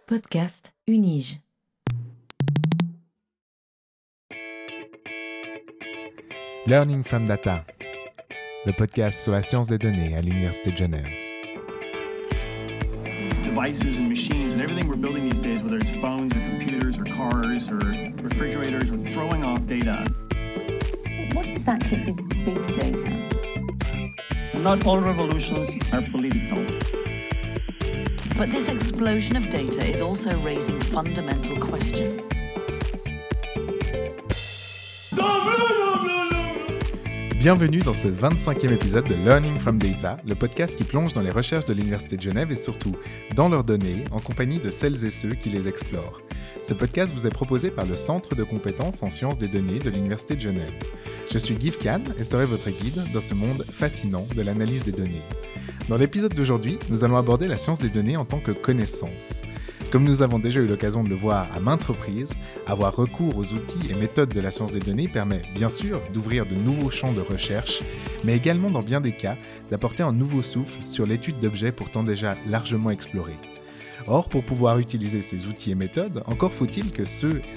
Podcast Unige. Learning from Data, le podcast sur la science des données à l'Université de Genève. These devices and machines and everything we're building these days, whether it's phones or computers or cars or refrigerators, are throwing off data. What exactly is big data? Not all revolutions are political. But this explosion of data is also raising fundamental questions. Bienvenue dans ce 25e épisode de Learning from Data, le podcast qui plonge dans les recherches de l'Université de Genève et surtout dans leurs données en compagnie de celles et ceux qui les explorent. Ce podcast vous est proposé par le Centre de compétences en sciences des données de l'Université de Genève. Je suis Guy Kahn et serai votre guide dans ce monde fascinant de l'analyse des données. Dans l'épisode d'aujourd'hui, nous allons aborder la science des données en tant que connaissance. Comme nous avons déjà eu l'occasion de le voir à maintes reprises, avoir recours aux outils et méthodes de la science des données permet bien sûr d'ouvrir de nouveaux champs de recherche, mais également dans bien des cas d'apporter un nouveau souffle sur l'étude d'objets pourtant déjà largement explorés. Or, pour pouvoir utiliser ces outils et méthodes, encore faut-il que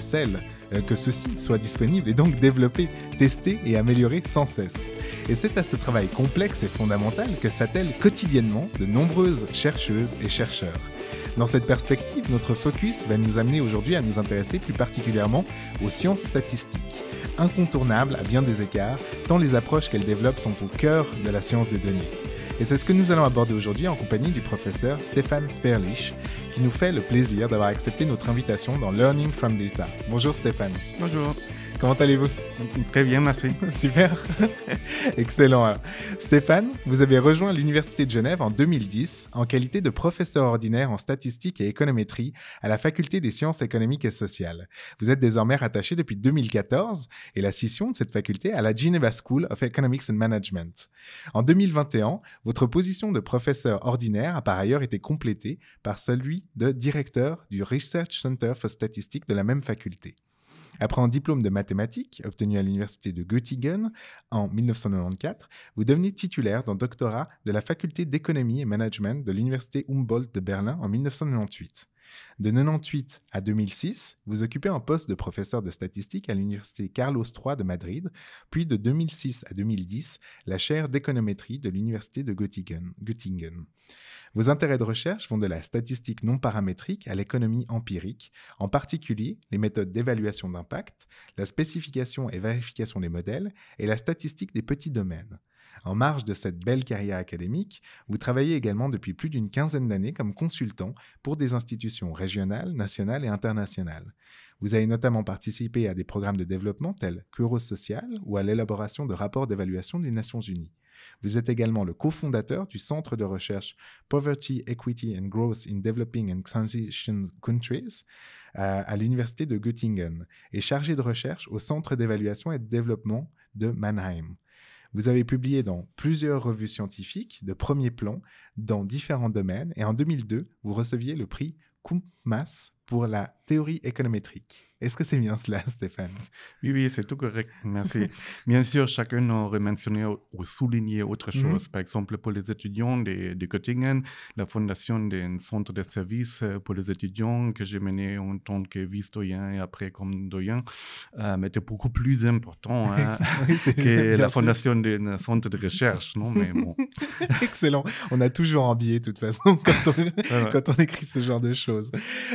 ceux-ci soient disponibles et donc développés, testés et améliorés sans cesse. Et c'est à ce travail complexe et fondamental que s'attellent quotidiennement de nombreuses chercheuses et chercheurs. Dans cette perspective, notre focus va nous amener aujourd'hui à nous intéresser plus particulièrement aux sciences statistiques, incontournables à bien des égards, tant les approches qu'elles développent sont au cœur de la science des données. Et c'est ce que nous allons aborder aujourd'hui en compagnie du professeur Stefan Sperlich, qui nous fait le plaisir d'avoir accepté notre invitation dans Learning from Data. Bonjour Stéphane. Bonjour. Comment allez-vous ? Très bien, merci. Super. Excellent. Alors, Stéphane, vous avez rejoint l'Université de Genève en 2010 en qualité de professeur ordinaire en statistique et économétrie à la Faculté des sciences économiques et sociales. Vous êtes désormais rattaché depuis 2014 et la scission de cette faculté à la Geneva School of Economics and Management. En 2021, votre position de professeur ordinaire a par ailleurs été complétée par celui de directeur du Research Center for Statistics de la même faculté. Après un diplôme de mathématiques obtenu à l'université de Göttingen en 1994, vous devenez titulaire d'un doctorat de la faculté d'économie et management de l'université Humboldt de Berlin en 1998. De 1998 à 2006, vous occupez un poste de professeur de statistique à l'université Carlos III de Madrid, puis de 2006 à 2010, la chaire d'économétrie de l'université de Göttingen. Vos intérêts de recherche vont de la statistique non paramétrique à l'économie empirique, en particulier les méthodes d'évaluation d'impact, la spécification et vérification des modèles et la statistique des petits domaines. En marge de cette belle carrière académique, vous travaillez également depuis plus d'une quinzaine d'années comme consultant pour des institutions régionales, nationales et internationales. Vous avez notamment participé à des programmes de développement tels qu'Eurosocial ou à l'élaboration de rapports d'évaluation des Nations Unies. Vous êtes également le cofondateur du centre de recherche Poverty, Equity and Growth in Developing and Transition Countries à l'université de Göttingen et chargé de recherche au centre d'évaluation et de développement de Mannheim. Vous avez publié dans plusieurs revues scientifiques de premier plan dans différents domaines et en 2002, vous receviez le prix Koopmans pour la théorie économétrique. Est-ce que c'est bien cela, Stéphane ? Oui, c'est tout correct, merci. Bien sûr, chacun aurait mentionné ou souligné autre chose. Par exemple, pour les étudiants de Göttingen, la fondation d'un centre de services pour les étudiants que j'ai mené en tant que vice-doyen et après comme doyen, était beaucoup plus important oui, que la fondation d'un centre de recherche. Non, mais bon. Excellent. On a toujours un biais, de toute façon, quand on écrit ce genre de choses.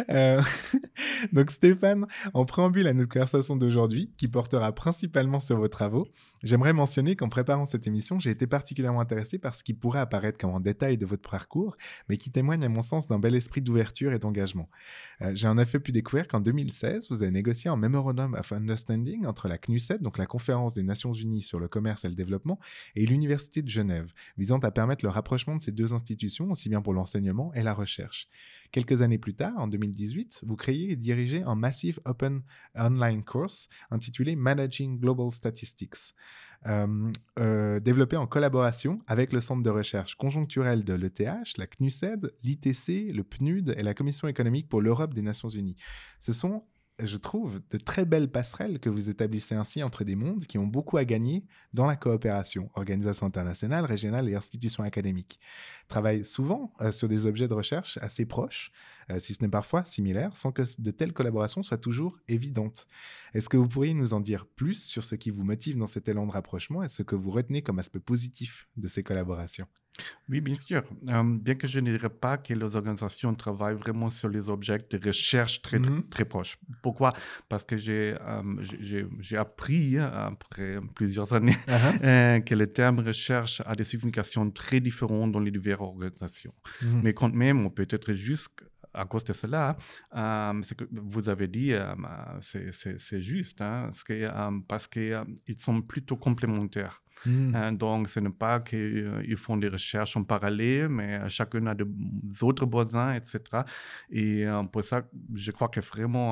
Donc, Stéphane, en préambule à notre conversation d'aujourd'hui, qui portera principalement sur vos travaux, j'aimerais mentionner qu'en préparant cette émission, j'ai été particulièrement intéressé par ce qui pourrait apparaître comme un détail de votre parcours, mais qui témoigne à mon sens d'un bel esprit d'ouverture et d'engagement. J'ai en effet pu découvrir qu'en 2016, vous avez négocié un Memorandum of Understanding entre la CNUSED, donc la Conférence des Nations Unies sur le commerce et le développement, et l'Université de Genève, visant à permettre le rapprochement de ces deux institutions, aussi bien pour l'enseignement et la recherche. Quelques années plus tard, en 2018, vous créez et dirigez un Massive Open Online Course intitulé Managing Global Statistics, développé en collaboration avec le Centre de recherche conjoncturelle de l'ETH, la CNUSED, l'ITC, le PNUD et la Commission économique pour l'Europe des Nations Unies. Ce sont je trouve, de très belles passerelles que vous établissez ainsi entre des mondes qui ont beaucoup à gagner dans la coopération, organisations internationales, régionales et institutions académiques. Travaillent souvent sur des objets de recherche assez proches, si ce n'est parfois similaires, sans que de telles collaborations soient toujours évidentes. Est-ce que vous pourriez nous en dire plus sur ce qui vous motive dans cet élan de rapprochement et ce que vous retenez comme aspect positif de ces collaborations? Oui, bien sûr. Bien que je ne dirais pas que les organisations travaillent vraiment sur les objets de recherche très proches. Pourquoi? Parce que j'ai appris après plusieurs années que le terme recherche a des significations très différentes dans les diverses organisations. Mais quand même, on peut être juste à cause de cela, ce que vous avez dit, c'est juste, parce qu'ils sont plutôt complémentaires. Donc, ce n'est pas qu'ils font des recherches en parallèle, mais chacun a d'autres besoins, etc. Et pour ça, je crois que vraiment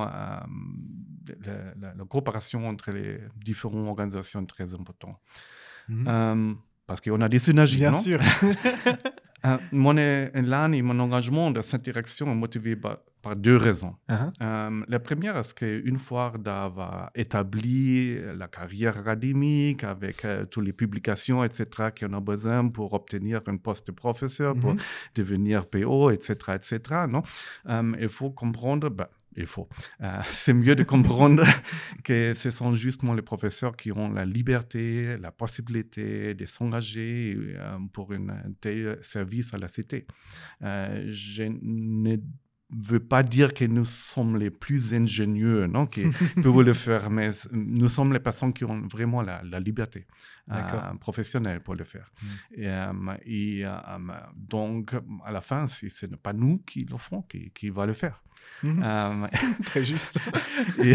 la coopération entre les différentes organisations est très importante. Parce qu'on a des synergies, Bien non? sûr. Mon élan et mon engagement dans cette direction est motivé par deux raisons. La première, c'est qu'une fois d'avoir établi la carrière académique avec toutes les publications, etc., qu'on a besoin pour obtenir un poste de professeur, pour devenir PO, etc., non? Il faut comprendre... c'est mieux de comprendre que ce sont justement les professeurs qui ont la liberté, la possibilité de s'engager pour un tel service à la cité. Je ne veux pas dire que nous sommes les plus ingénieux, non, qui peuvent le faire, mais nous sommes les personnes qui ont vraiment la liberté professionnelle pour le faire. Donc, à la fin, si ce n'est pas nous qui le ferons, qui va le faire. Très juste. Et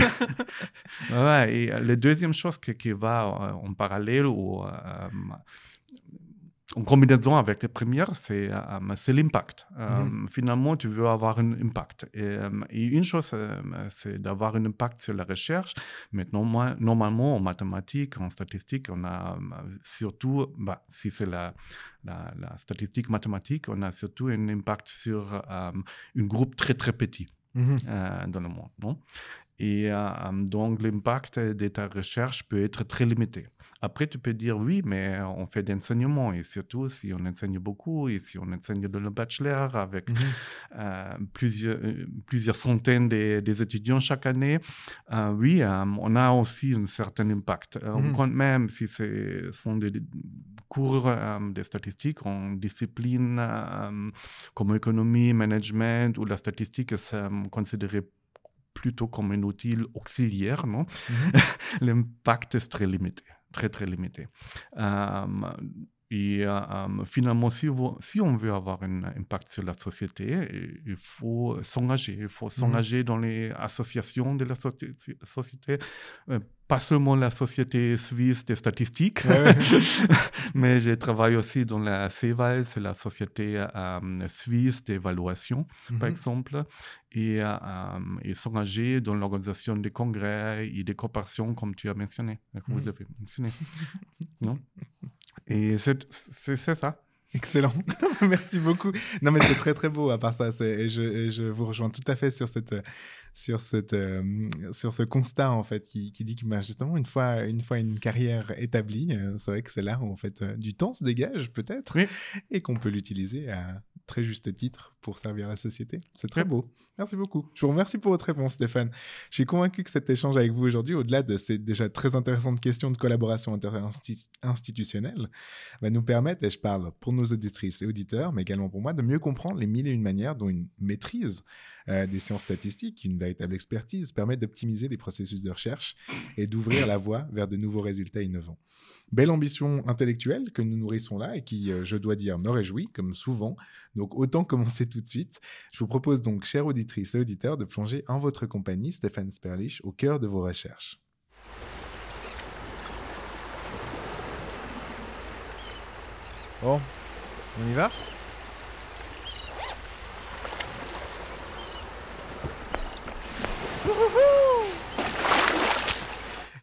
la deuxième chose qui va en parallèle ou en combinaison avec les premières, c'est l'impact. Finalement, tu veux avoir un impact. Et une chose, c'est d'avoir un impact sur la recherche. Mais normalement, en mathématiques, en statistique, on a surtout, si c'est la statistique mathématique, on a surtout un impact sur un groupe très, très petit dans le monde. Non? Et donc, l'impact de ta recherche peut être très limité. Après, tu peux dire oui, mais on fait d'enseignement, et surtout si on enseigne beaucoup, et si on enseigne dans le bachelor avec plusieurs centaines des étudiants chaque année, oui, on a aussi un certain impact. Quand même, si ce sont des cours de statistiques en discipline comme économie, management ou la statistique, c'est considéré plutôt comme un outil auxiliaire, non? L'impact est très limité. Très, très limité. Finalement, si on veut avoir un impact sur la société, il faut s'engager. Il faut s'engager dans les associations de la société. Pas seulement la Société suisse des statistiques, mais je travaille aussi dans la CEVAL, c'est la Société suisse d'évaluation, par exemple, et s'engager dans l'organisation des congrès et des coopérations, comme tu as mentionné, que vous avez mentionné. Non? Et c'est ça. Excellent. Merci beaucoup. Non, mais c'est très, très beau à part ça. Et je vous rejoins tout à fait sur ce constat, en fait, qui dit que justement, une fois une carrière établie, c'est vrai que c'est là où, en fait, du temps se dégage, peut-être, et qu'on peut l'utiliser à très juste titre pour servir la société. C'est très beau. Merci beaucoup. Je vous remercie pour votre réponse, Stéphane. Je suis convaincu que cet échange avec vous aujourd'hui, au-delà de ces déjà très intéressantes questions de collaboration institutionnelle, va nous permettre, et je parle pour nos auditrices et auditeurs, mais également pour moi, de mieux comprendre les mille et une manières dont une maîtrise des sciences statistiques, une véritable expertise, permet d'optimiser les processus de recherche et d'ouvrir la voie vers de nouveaux résultats innovants. Belle ambition intellectuelle que nous nourrissons là et qui, je dois dire, me réjouit, comme souvent. Donc, autant commencer tout de suite. Je vous propose donc, chères auditrices et auditeurs, de plonger en votre compagnie, Stéphane Sperlich, au cœur de vos recherches. Bon, on y va ?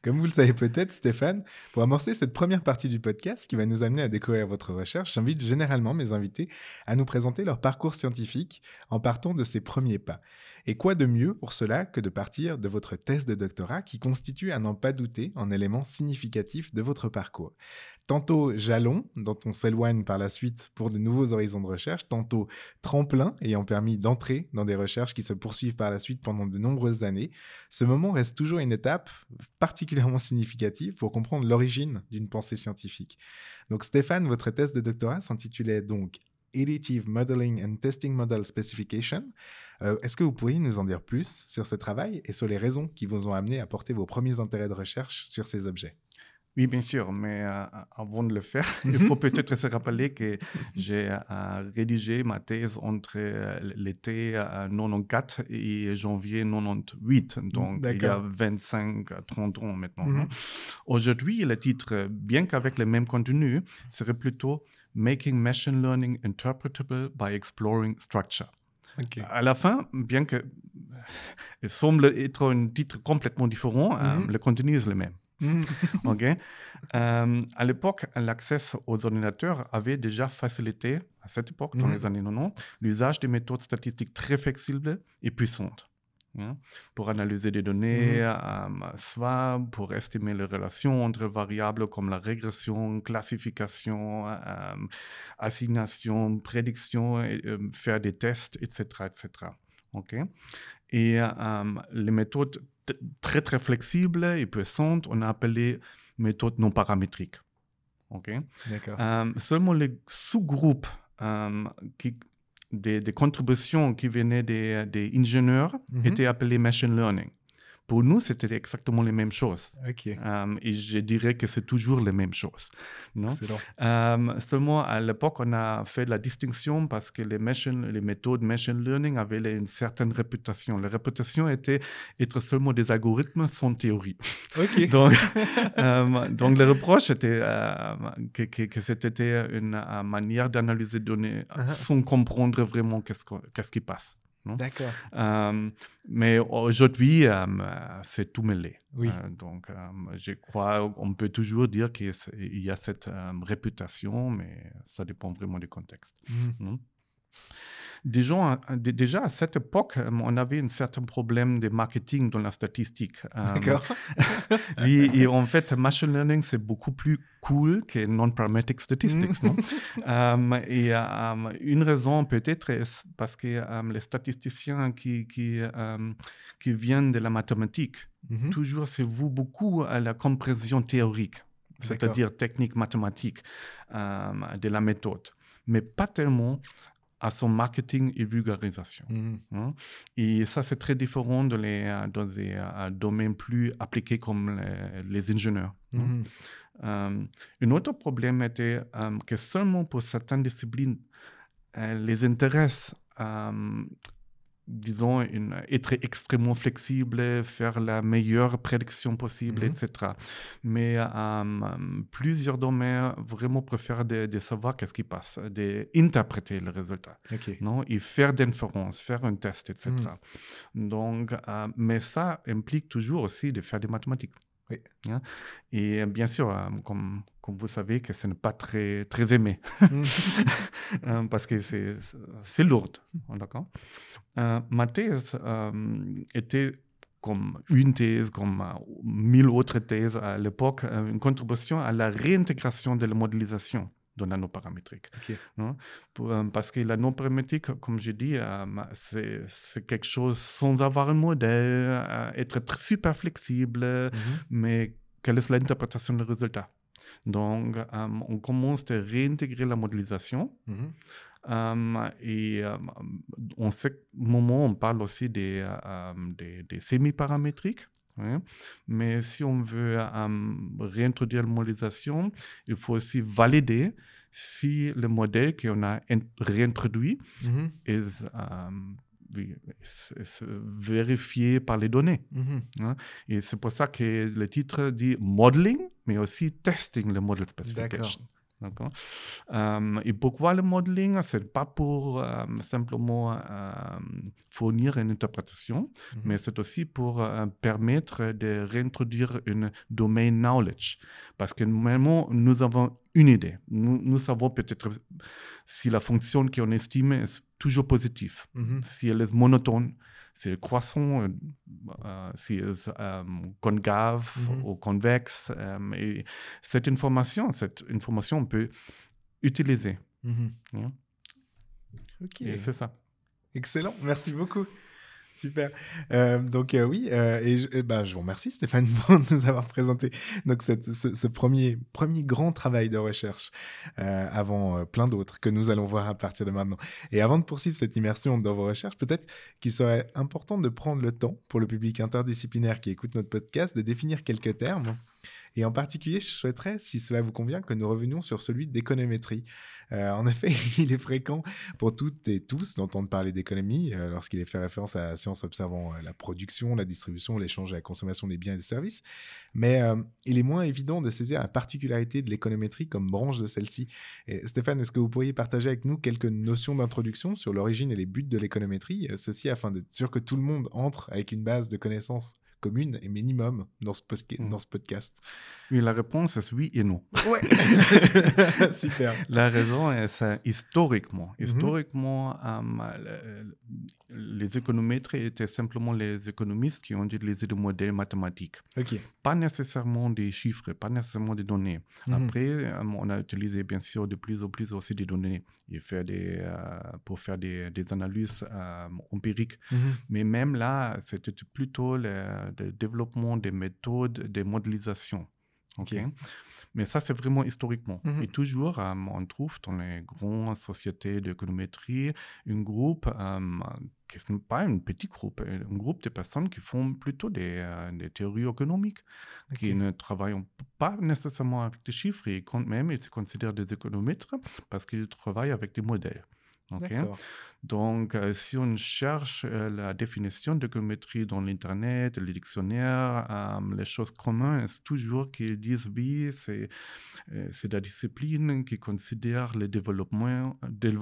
Comme vous le savez peut-être, Stéphane, pour amorcer cette première partie du podcast qui va nous amener à découvrir votre recherche, j'invite généralement mes invités à nous présenter leur parcours scientifique en partant de ses premiers pas. Et quoi de mieux pour cela que de partir de votre thèse de doctorat qui constitue, à n'en pas douter, un élément significatif de votre parcours. Tantôt jalon, dont on s'éloigne par la suite pour de nouveaux horizons de recherche, tantôt tremplin ayant permis d'entrer dans des recherches qui se poursuivent par la suite pendant de nombreuses années. Ce moment reste toujours une étape particulièrement significative pour comprendre l'origine d'une pensée scientifique. Donc Stéphane, votre thèse de doctorat s'intitulait donc Additive Modeling and Testing Model Specification. Est-ce que vous pourriez nous en dire plus sur ce travail et sur les raisons qui vous ont amené à porter vos premiers intérêts de recherche sur ces objets? Oui, bien sûr, mais avant de le faire, il faut peut-être se rappeler que j'ai rédigé ma thèse entre l'été 94 et janvier 98, donc il y a 25-30 ans maintenant. Aujourd'hui, le titre, bien qu'avec le même contenu, serait plutôt « Making Machine Learning Interpretable by Exploring Structure ». Okay. À la fin, bien que semble être un titre complètement différent, le contenu est le même. Okay. À l'époque, l'accès aux ordinateurs avait déjà facilité, à cette époque, dans les années 90, l'usage des méthodes statistiques très flexibles et puissantes. Pour analyser des données, soit pour estimer les relations entre variables comme la régression, classification, assignation, prédiction, faire des tests, etc. etc. Okay. Et les méthodes très très flexibles et puissantes, on a appelé méthodes non paramétriques. Okay. Seulement les sous-groupes des contributions qui venaient des ingénieurs étaient appelés machine learning. Pour nous, c'était exactement les mêmes choses. Okay. Et je dirais que c'est toujours les mêmes choses. Non? Seulement, à l'époque, on a fait la distinction parce que les méthodes machine learning avaient une certaine réputation. La réputation était être seulement des algorithmes sans théorie. Okay. donc, le reproche était que c'était une manière d'analyser des données sans comprendre vraiment qu'est-ce qui passe. Non? D'accord. Mais aujourd'hui, c'est tout mêlé. Oui. Donc, je crois qu'on peut toujours dire qu'il y a cette réputation, mais ça dépend vraiment du contexte. Déjà, à cette époque, on avait un certain problème de marketing dans la statistique. D'accord. Et en fait, machine learning, c'est beaucoup plus cool que non-parametric statistics. Non? Et une raison peut-être est parce que les statisticiens qui viennent de la mathématique, toujours se vouent beaucoup à la compréhension théorique, c'est-à-dire technique mathématique de la méthode, mais pas tellement à son marketing et vulgarisation. Et ça, c'est très différent dans des domaines plus appliqués comme les ingénieurs. Un autre problème était que seulement pour certaines disciplines, les intéresse, disons, être extrêmement flexible, faire la meilleure prédiction possible, etc. Mais plusieurs domaines vraiment préfèrent de savoir qu'est-ce qui passe, d'interpréter le résultat, non? Et faire des inferences, faire un test, etc. Donc, mais ça implique toujours aussi de faire des mathématiques. Oui. Et bien sûr, comme vous savez, que ce n'est pas très, très aimé, parce que c'est lourd. D'accord? Ma thèse était comme une thèse, comme 1000 autres thèses à l'époque, une contribution à la réintégration de la modélisation de la non-paramétrique. Non? Parce que la non-paramétrique, comme je dis, c'est quelque chose sans avoir un modèle, être super flexible, mais quelle est l'interprétation du résultat? Donc, on commence à réintégrer la modélisation. Et en ce moment, on parle aussi des semi-paramétriques. Mais si on veut réintroduire la modélisation, il faut aussi valider si le modèle qu'on a réintroduit est vérifié par les données. Et c'est pour ça que le titre dit modeling, mais aussi testing le model specification. D'accord. Et pourquoi le modeling? C'est pas pour simplement fournir une interprétation, mais c'est aussi pour permettre de réintroduire une domain knowledge. Parce que normalement, nous avons une idée. Nous savons peut-être si la fonction qu'on estime est toujours positive, si elle est monotone, si elle est croissante, si elle est concave ou convexe. Et cette information, on peut utiliser. Ok. Et c'est ça. Excellent, merci beaucoup. Super. Donc oui, je vous remercie Stéphane pour nous avoir présenté donc ce premier grand travail de recherche avant plein d'autres que nous allons voir à partir de maintenant. Et avant de poursuivre cette immersion dans vos recherches, peut-être qu'il serait important de prendre le temps pour le public interdisciplinaire qui écoute notre podcast de définir quelques termes. Et en particulier, je souhaiterais, si cela vous convient, que nous revenions sur celui d'économétrie. En effet, il est fréquent pour toutes et tous d'entendre parler d'économie lorsqu'il est fait référence à la science observant la production, la distribution, l'échange et la consommation des biens et des services. Mais il est moins évident de saisir la particularité de l'économétrie comme branche de celle-ci. Et Stéphane, est-ce que vous pourriez partager avec nous quelques notions d'introduction sur l'origine et les buts de l'économétrie, ceci afin d'être sûr que tout le monde entre avec une base de connaissances commune et minimum dans ce podcast? Oui, la réponse est oui et non. Ouais. Super. La raison est historiquement. Historiquement, les économètres étaient simplement les économistes qui ont utilisé des modèles mathématiques. Okay. Pas nécessairement des chiffres, pas nécessairement des données. Après, on a utilisé bien sûr de plus en plus aussi des données et pour faire des analyses empiriques. Mais même là, c'était plutôt le développement des méthodes de modélisation. Okay. Mais ça, c'est vraiment historiquement. Et toujours, on trouve dans les grandes sociétés d'économétrie un groupe, qui n'est pas un petit groupe, un groupe de personnes qui font plutôt des théories économiques, qui ne travaillent pas nécessairement avec des chiffres, et quand même, ils se considèrent des économètres parce qu'ils travaillent avec des modèles. Okay. Donc, si on cherche la définition d'économétrie dans l'Internet, les dictionnaires, les choses communes, c'est toujours qu'ils disent oui, c'est la discipline qui considère le développement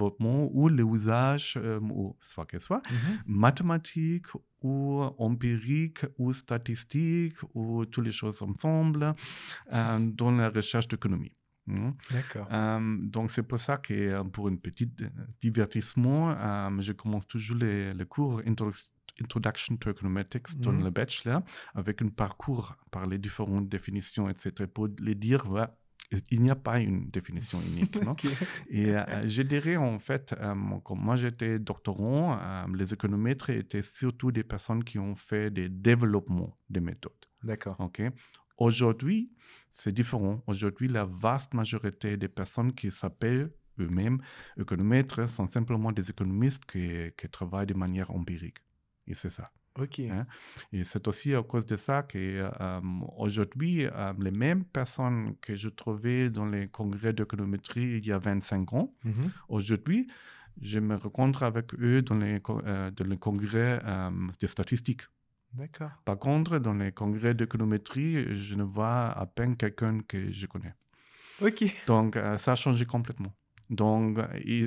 ou l'usage, soit que soit, mathématique ou empirique ou statistique ou toutes les choses ensemble dans la recherche d'économie. D'accord. Donc, c'est pour ça que pour un petit divertissement, je commence toujours les cours Introduction to Econometrics dans le bachelor avec un parcours par les différentes définitions, etc. pour les dire, il n'y a pas une définition unique. Non? Et je dirais, en fait, comme moi j'étais doctorant, les économètres étaient surtout des personnes qui ont fait des développements de méthodes. D'accord. Okay? Aujourd'hui, c'est différent. Aujourd'hui, la vaste majorité des personnes qui s'appellent eux-mêmes économètres sont simplement des économistes qui travaillent de manière empirique. Et c'est ça. Ok. Et c'est aussi à cause de ça qu'aujourd'hui, les mêmes personnes que je trouvais dans les congrès d'économétrie il y a 25 ans, aujourd'hui, je me rencontre avec eux dans les congrès de statistiques. D'accord. Par contre, dans les congrès d'économétrie, je ne vois à peine quelqu'un que je connais. Ok. Donc, ça a changé complètement. Donc,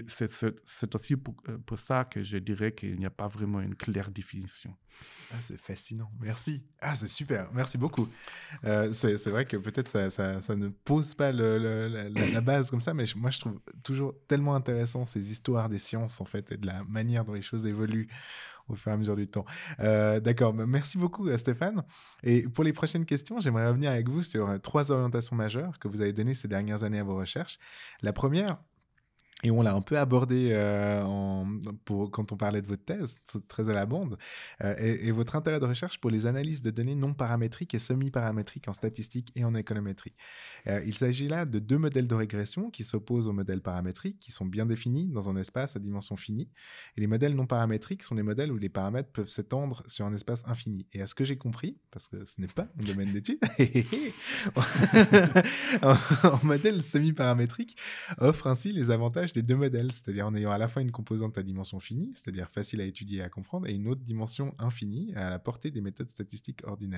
c'est aussi pour ça que je dirais qu'il n'y a pas vraiment une claire définition. Ah, c'est fascinant, merci. Ah, c'est super, merci beaucoup. C'est vrai que peut-être ça ne pose pas la base comme ça, mais moi je trouve toujours tellement intéressant ces histoires des sciences en fait et de la manière dont les choses évoluent au fur et à mesure du temps. D'accord, merci beaucoup Stéphane. Et pour les prochaines questions, j'aimerais revenir avec vous sur 3 orientations majeures que vous avez données ces dernières années à vos recherches. La première, et on l'a un peu abordé quand on parlait de votre thèse, très à la bande, et votre intérêt de recherche pour les analyses de données non paramétriques et semi-paramétriques en statistique et en économétrie. Il s'agit là de 2 modèles de régression qui s'opposent aux modèles paramétriques, qui sont bien définis dans un espace à dimension finie. Et les modèles non paramétriques sont des modèles où les paramètres peuvent s'étendre sur un espace infini. Et à ce que j'ai compris, parce que ce n'est pas mon domaine d'étude, un modèle semi-paramétrique offre ainsi les avantages des 2 modèles, c'est-à-dire en ayant à la fois une composante à dimension finie, c'est-à-dire facile à étudier et à comprendre, et une autre dimension infinie à la portée des méthodes statistiques ordinaires.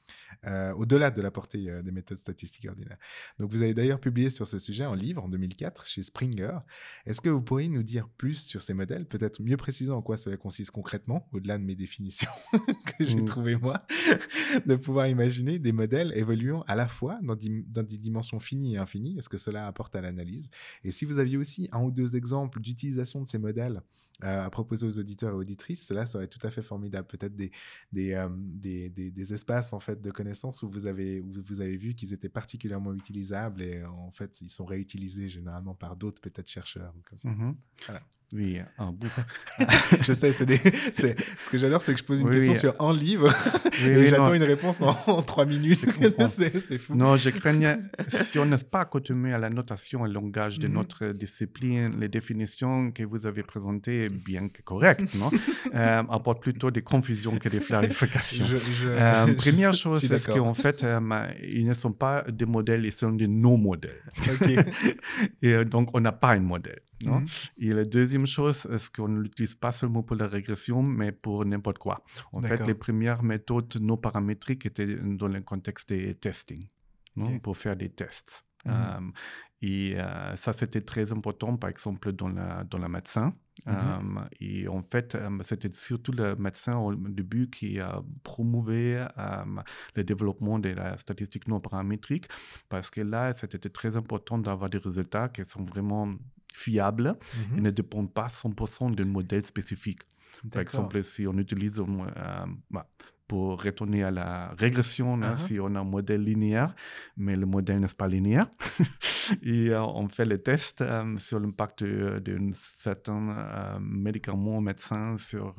au-delà de la portée des méthodes statistiques ordinaires. Donc, vous avez d'ailleurs publié sur ce sujet un livre en 2004 chez Springer. Est-ce que vous pourriez nous dire plus sur ces modèles, peut-être mieux préciser en quoi cela consiste concrètement, au-delà de mes définitions que j'ai trouvées moi, de pouvoir imaginer des modèles évoluant à la fois dans des dimensions finies et infinies? Est-ce que cela apporte à l'analyse? Et si vous aviez aussi un ou deux exemples d'utilisation de ces modèles à proposer aux auditeurs et auditrices, cela serait tout à fait formidable. Peut-être des espaces en fait de connaissances où vous avez vu qu'ils étaient particulièrement utilisables et en fait ils sont réutilisés généralement par d'autres peut-être chercheurs comme ça. Voilà. Oui, Je sais, ce que j'adore, c'est que je pose une question sur un livre et j'attends une réponse en 3 minutes. C'est fou. Non, je craignais, si on n'est pas accoutumé à la notation et le langage de notre discipline, les définitions que vous avez présentées, bien que correctes, apportent plutôt des confusions que des clarifications. Première chose, c'est qu'en fait, ils ne sont pas des modèles, ils sont des non-modèles. Okay. Et donc, on n'a pas un modèle. Non? Et la deuxième chose, c'est qu'on ne l'utilise pas seulement pour la régression, mais pour n'importe quoi. En fait, les premières méthodes non paramétriques étaient dans le contexte des testing, pour faire des tests. Et ça, c'était très important, par exemple, dans la médecine. Et en fait, c'était surtout le médecin au début qui a promouvé le développement de la statistique non paramétrique, parce que là, c'était très important d'avoir des résultats qui sont vraiment fiables et ne dépendent pas 100% d'un modèle spécifique. Par exemple, si on utilise pour retourner à la régression, si on a un modèle linéaire, mais le modèle n'est pas linéaire, et on fait les tests sur l'impact d'un certain médicament médecin sur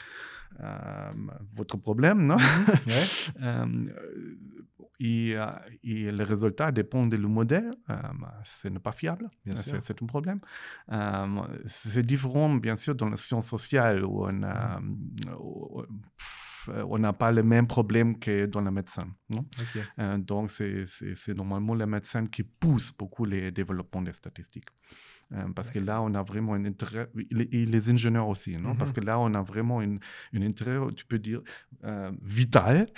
votre problème, non? Et les résultats dépendent du modèle. Ce n'est pas fiable. C'est un problème. C'est différent, bien sûr, dans la science sociale où on n'a pas le même problème que dans la médecine. Non? Donc, c'est normalement la médecine qui pousse beaucoup les développements des statistiques. Parce que là, on a vraiment un intérêt, et les ingénieurs aussi, non? Parce que là, on a vraiment un intérêt, tu peux dire, vital,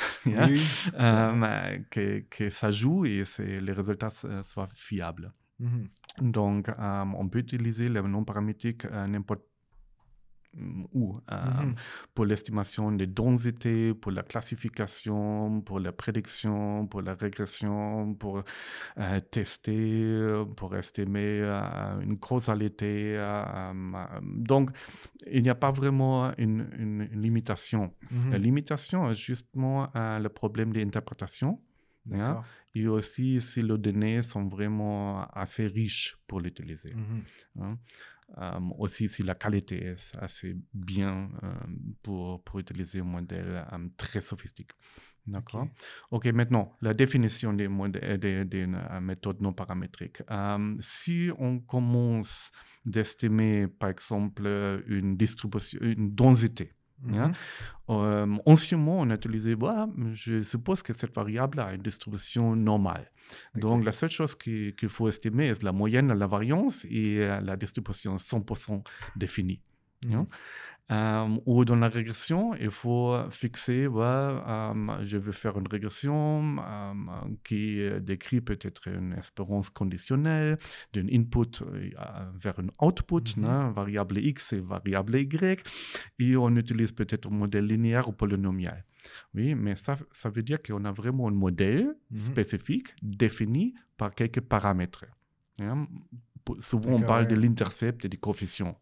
que ça joue et les résultats soient fiables. Donc, on peut utiliser le non paramétrique n'importe où, pour l'estimation des densités, pour la classification, pour la prédiction, pour la régression, pour tester, pour estimer une causalité. Donc, il n'y a pas vraiment une limitation. La limitation est justement le problème d'interprétation. Et aussi si les données sont vraiment assez riches pour l'utiliser. Aussi si la qualité est assez bien pour utiliser un modèle très sophistiqué. D'accord. OK, maintenant, la définition des méthodes non paramétriques. Si on commence d'estimer, par exemple, une distribution, une densité, anciennement, on a utilisé, je suppose que cette variable a une distribution normale. Donc, la seule chose qu'il faut estimer est la moyenne de la variance et la distribution 100% définie. Ou dans la régression, il faut fixer, je veux faire une régression qui décrit peut-être une espérance conditionnelle d'un input vers un output, variable X et variable Y, et on utilise peut-être un modèle linéaire ou polynomial. Oui, mais ça veut dire qu'on a vraiment un modèle spécifique défini par quelques paramètres. Souvent, on parle de l'intercept et des coefficients.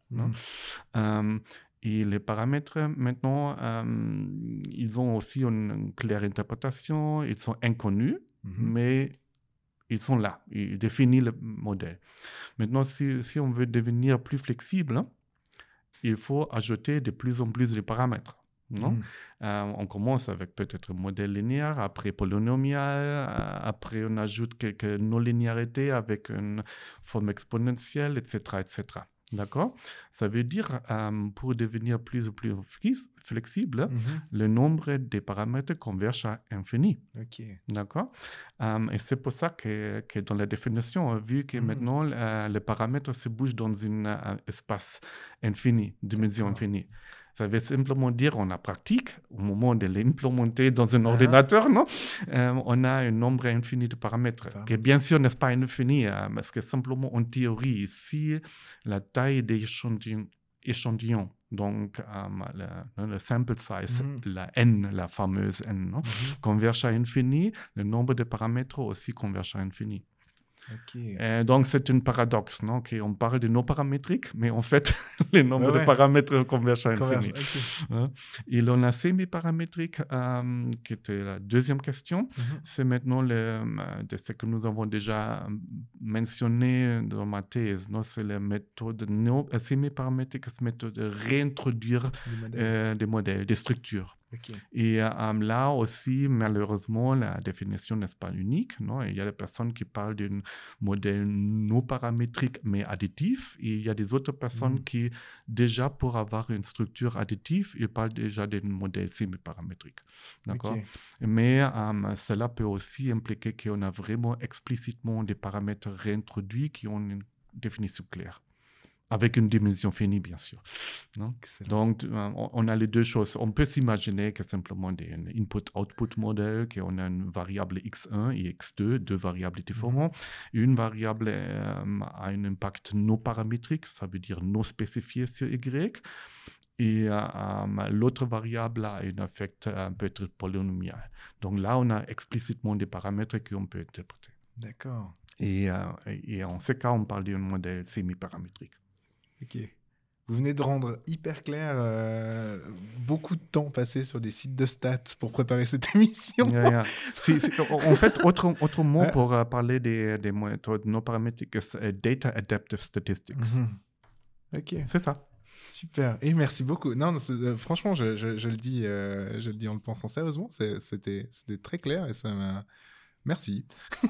Et les paramètres, maintenant, ils ont aussi une claire interprétation, ils sont inconnus, mais ils sont là, ils définissent le modèle. Maintenant, si on veut devenir plus flexible, il faut ajouter de plus en plus de paramètres. Non? On commence avec peut-être un modèle linéaire, après polynomial, après on ajoute quelques non-linéarités avec une forme exponentielle, etc., etc. D'accord? Ça veut dire, pour devenir plus ou plus flexible, le nombre de paramètres converge à infini. D'accord? Et c'est pour ça que dans la définition, on a vu que maintenant, les paramètres se bougent dans un espace infini, dimension infinie. Ça veut simplement dire on a pratique, au moment de l'implémenter dans un ordinateur, non? On a un nombre infini de paramètres, qui bien sûr n'est pas infini, parce que simplement en théorie, si la taille des échantillons, donc le sample size, la n, la fameuse n, non? Converge à infini, le nombre de paramètres aussi converge à infini. Donc, c'est un paradoxe, non? On parle de non paramétrique, mais en fait, les nombres de paramètres convergent à infini. Et on a semi-paramétrique, qui était la deuxième question. C'est maintenant de ce que nous avons déjà mentionné dans ma thèse, non? C'est la méthode semi-paramétrique, c'est la méthode de réintroduire des modèles, des structures. Et là aussi, malheureusement, la définition n'est pas unique, non? Il y a des personnes qui parlent d'un modèle non paramétrique mais additif, et il y a des autres personnes qui, déjà pour avoir une structure additive, ils parlent déjà d'un modèle semi-paramétrique. D'accord? Mais cela peut aussi impliquer qu'on a vraiment explicitement des paramètres réintroduits qui ont une définition claire. Avec une dimension finie, bien sûr. Non? Donc, on a les deux choses. On peut s'imaginer que simplement des input-output modèle, qu'on a une variable x1 et x2, deux variables différentes. Une variable a un impact non paramétrique, ça veut dire non spécifié sur y. Et l'autre variable a un effet peut-être polynomial. Donc là, on a explicitement des paramètres qu'on peut interpréter. D'accord. Et en ce cas, on parle d'un modèle semi-paramétrique. Ok. Vous venez de rendre hyper clair beaucoup de temps passé sur des sites de stats pour préparer cette émission. En fait, autre mot pour parler des méthodes non paramétriques, c'est Data Adaptive Statistics. Ok. C'est ça. Super. Et merci beaucoup. Non, franchement, je le dis en le pensant sérieusement, c'était très clair et ça m'a... Merci.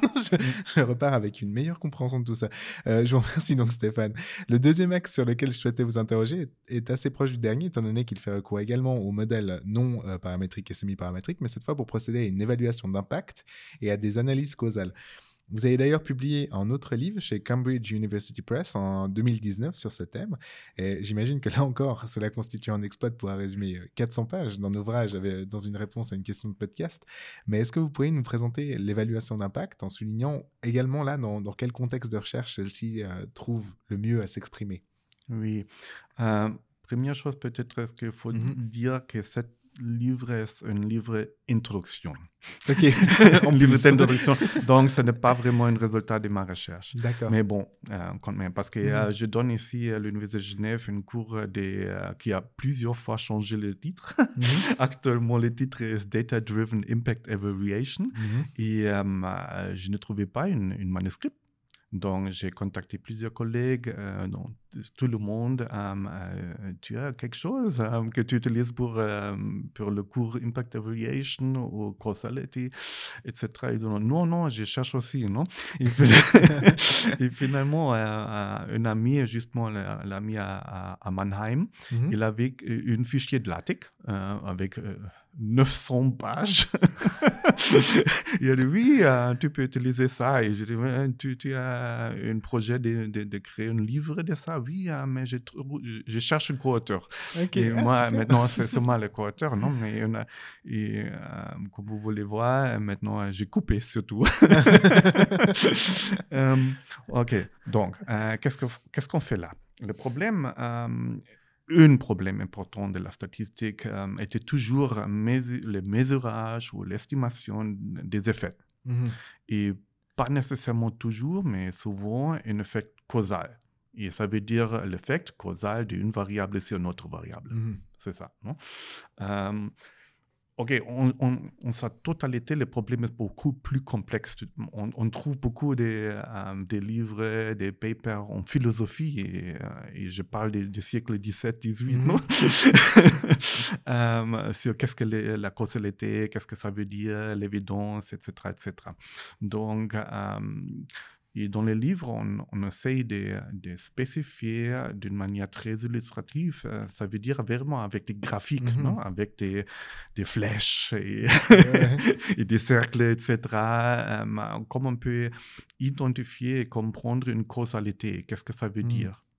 je repars avec une meilleure compréhension de tout ça. Je vous remercie donc, Stéphane. Le deuxième axe sur lequel je souhaitais vous interroger est assez proche du dernier, étant donné qu'il fait recours également aux modèles non paramétriques et semi-paramétriques, mais cette fois pour procéder à une évaluation d'impact et à des analyses causales. Vous avez d'ailleurs publié un autre livre chez Cambridge University Press en 2019 sur ce thème. Et j'imagine que là encore, cela constitue un exploit de pouvoir résumer 400 pages d'un ouvrage dans une réponse à une question de podcast. Mais est-ce que vous pourriez nous présenter l'évaluation d'impact en soulignant également là dans quel contexte de recherche celle-ci trouve le mieux à s'exprimer? Oui. Première chose peut-être, est-ce qu'il faut dire que cette livre est un livre introduction. Ok. Un livre d'introduction. Donc, ce n'est pas vraiment un résultat de ma recherche. D'accord. Mais bon, quand même, parce que je donne ici à l'Université de Genève un cours qui a plusieurs fois changé le titre. Actuellement, le titre est Data Driven Impact Evaluation. Et je ne trouvais pas une manuscrit. Donc, j'ai contacté plusieurs collègues dans tout le monde. Tu as quelque chose que tu utilises pour le cours Impact Evaluation ou Causality, etc. Ils disent non, je cherche aussi. Non? Et finalement, un ami, justement, l'ami à Mannheim, il avait un fichier de LaTeX avec 900 pages. Il a dit, oui, tu peux utiliser ça. Et je dis, tu as un projet de créer un livre de ça? Oui, mais je cherche un co-auteur. Okay. Et moi, maintenant, c'est moi le co-auteur. Non? Et comme vous voulez voir, maintenant, j'ai coupé surtout. OK. Donc, qu'est-ce qu'on fait là? Le problème... Un problème important de la statistique était toujours le mesurage ou l'estimation des effets. Et pas nécessairement toujours, mais souvent un effet causal. Et ça veut dire l'effet causal d'une variable sur une autre variable. C'est ça, non? OK, en sa totalité, le problème est beaucoup plus complexe. On trouve beaucoup de livres, des papers en philosophie, et je parle du siècle 17-18, non? Sur qu'est-ce que la causalité, qu'est-ce que ça veut dire, l'évidence, etc., etc. Donc, et dans les livres, on essaye de spécifier d'une manière très illustrative. Ça veut dire vraiment avec des graphiques, non? Avec des flèches et des cercles, etc. Comment on peut identifier et comprendre une causalité. Qu'est-ce que ça veut dire?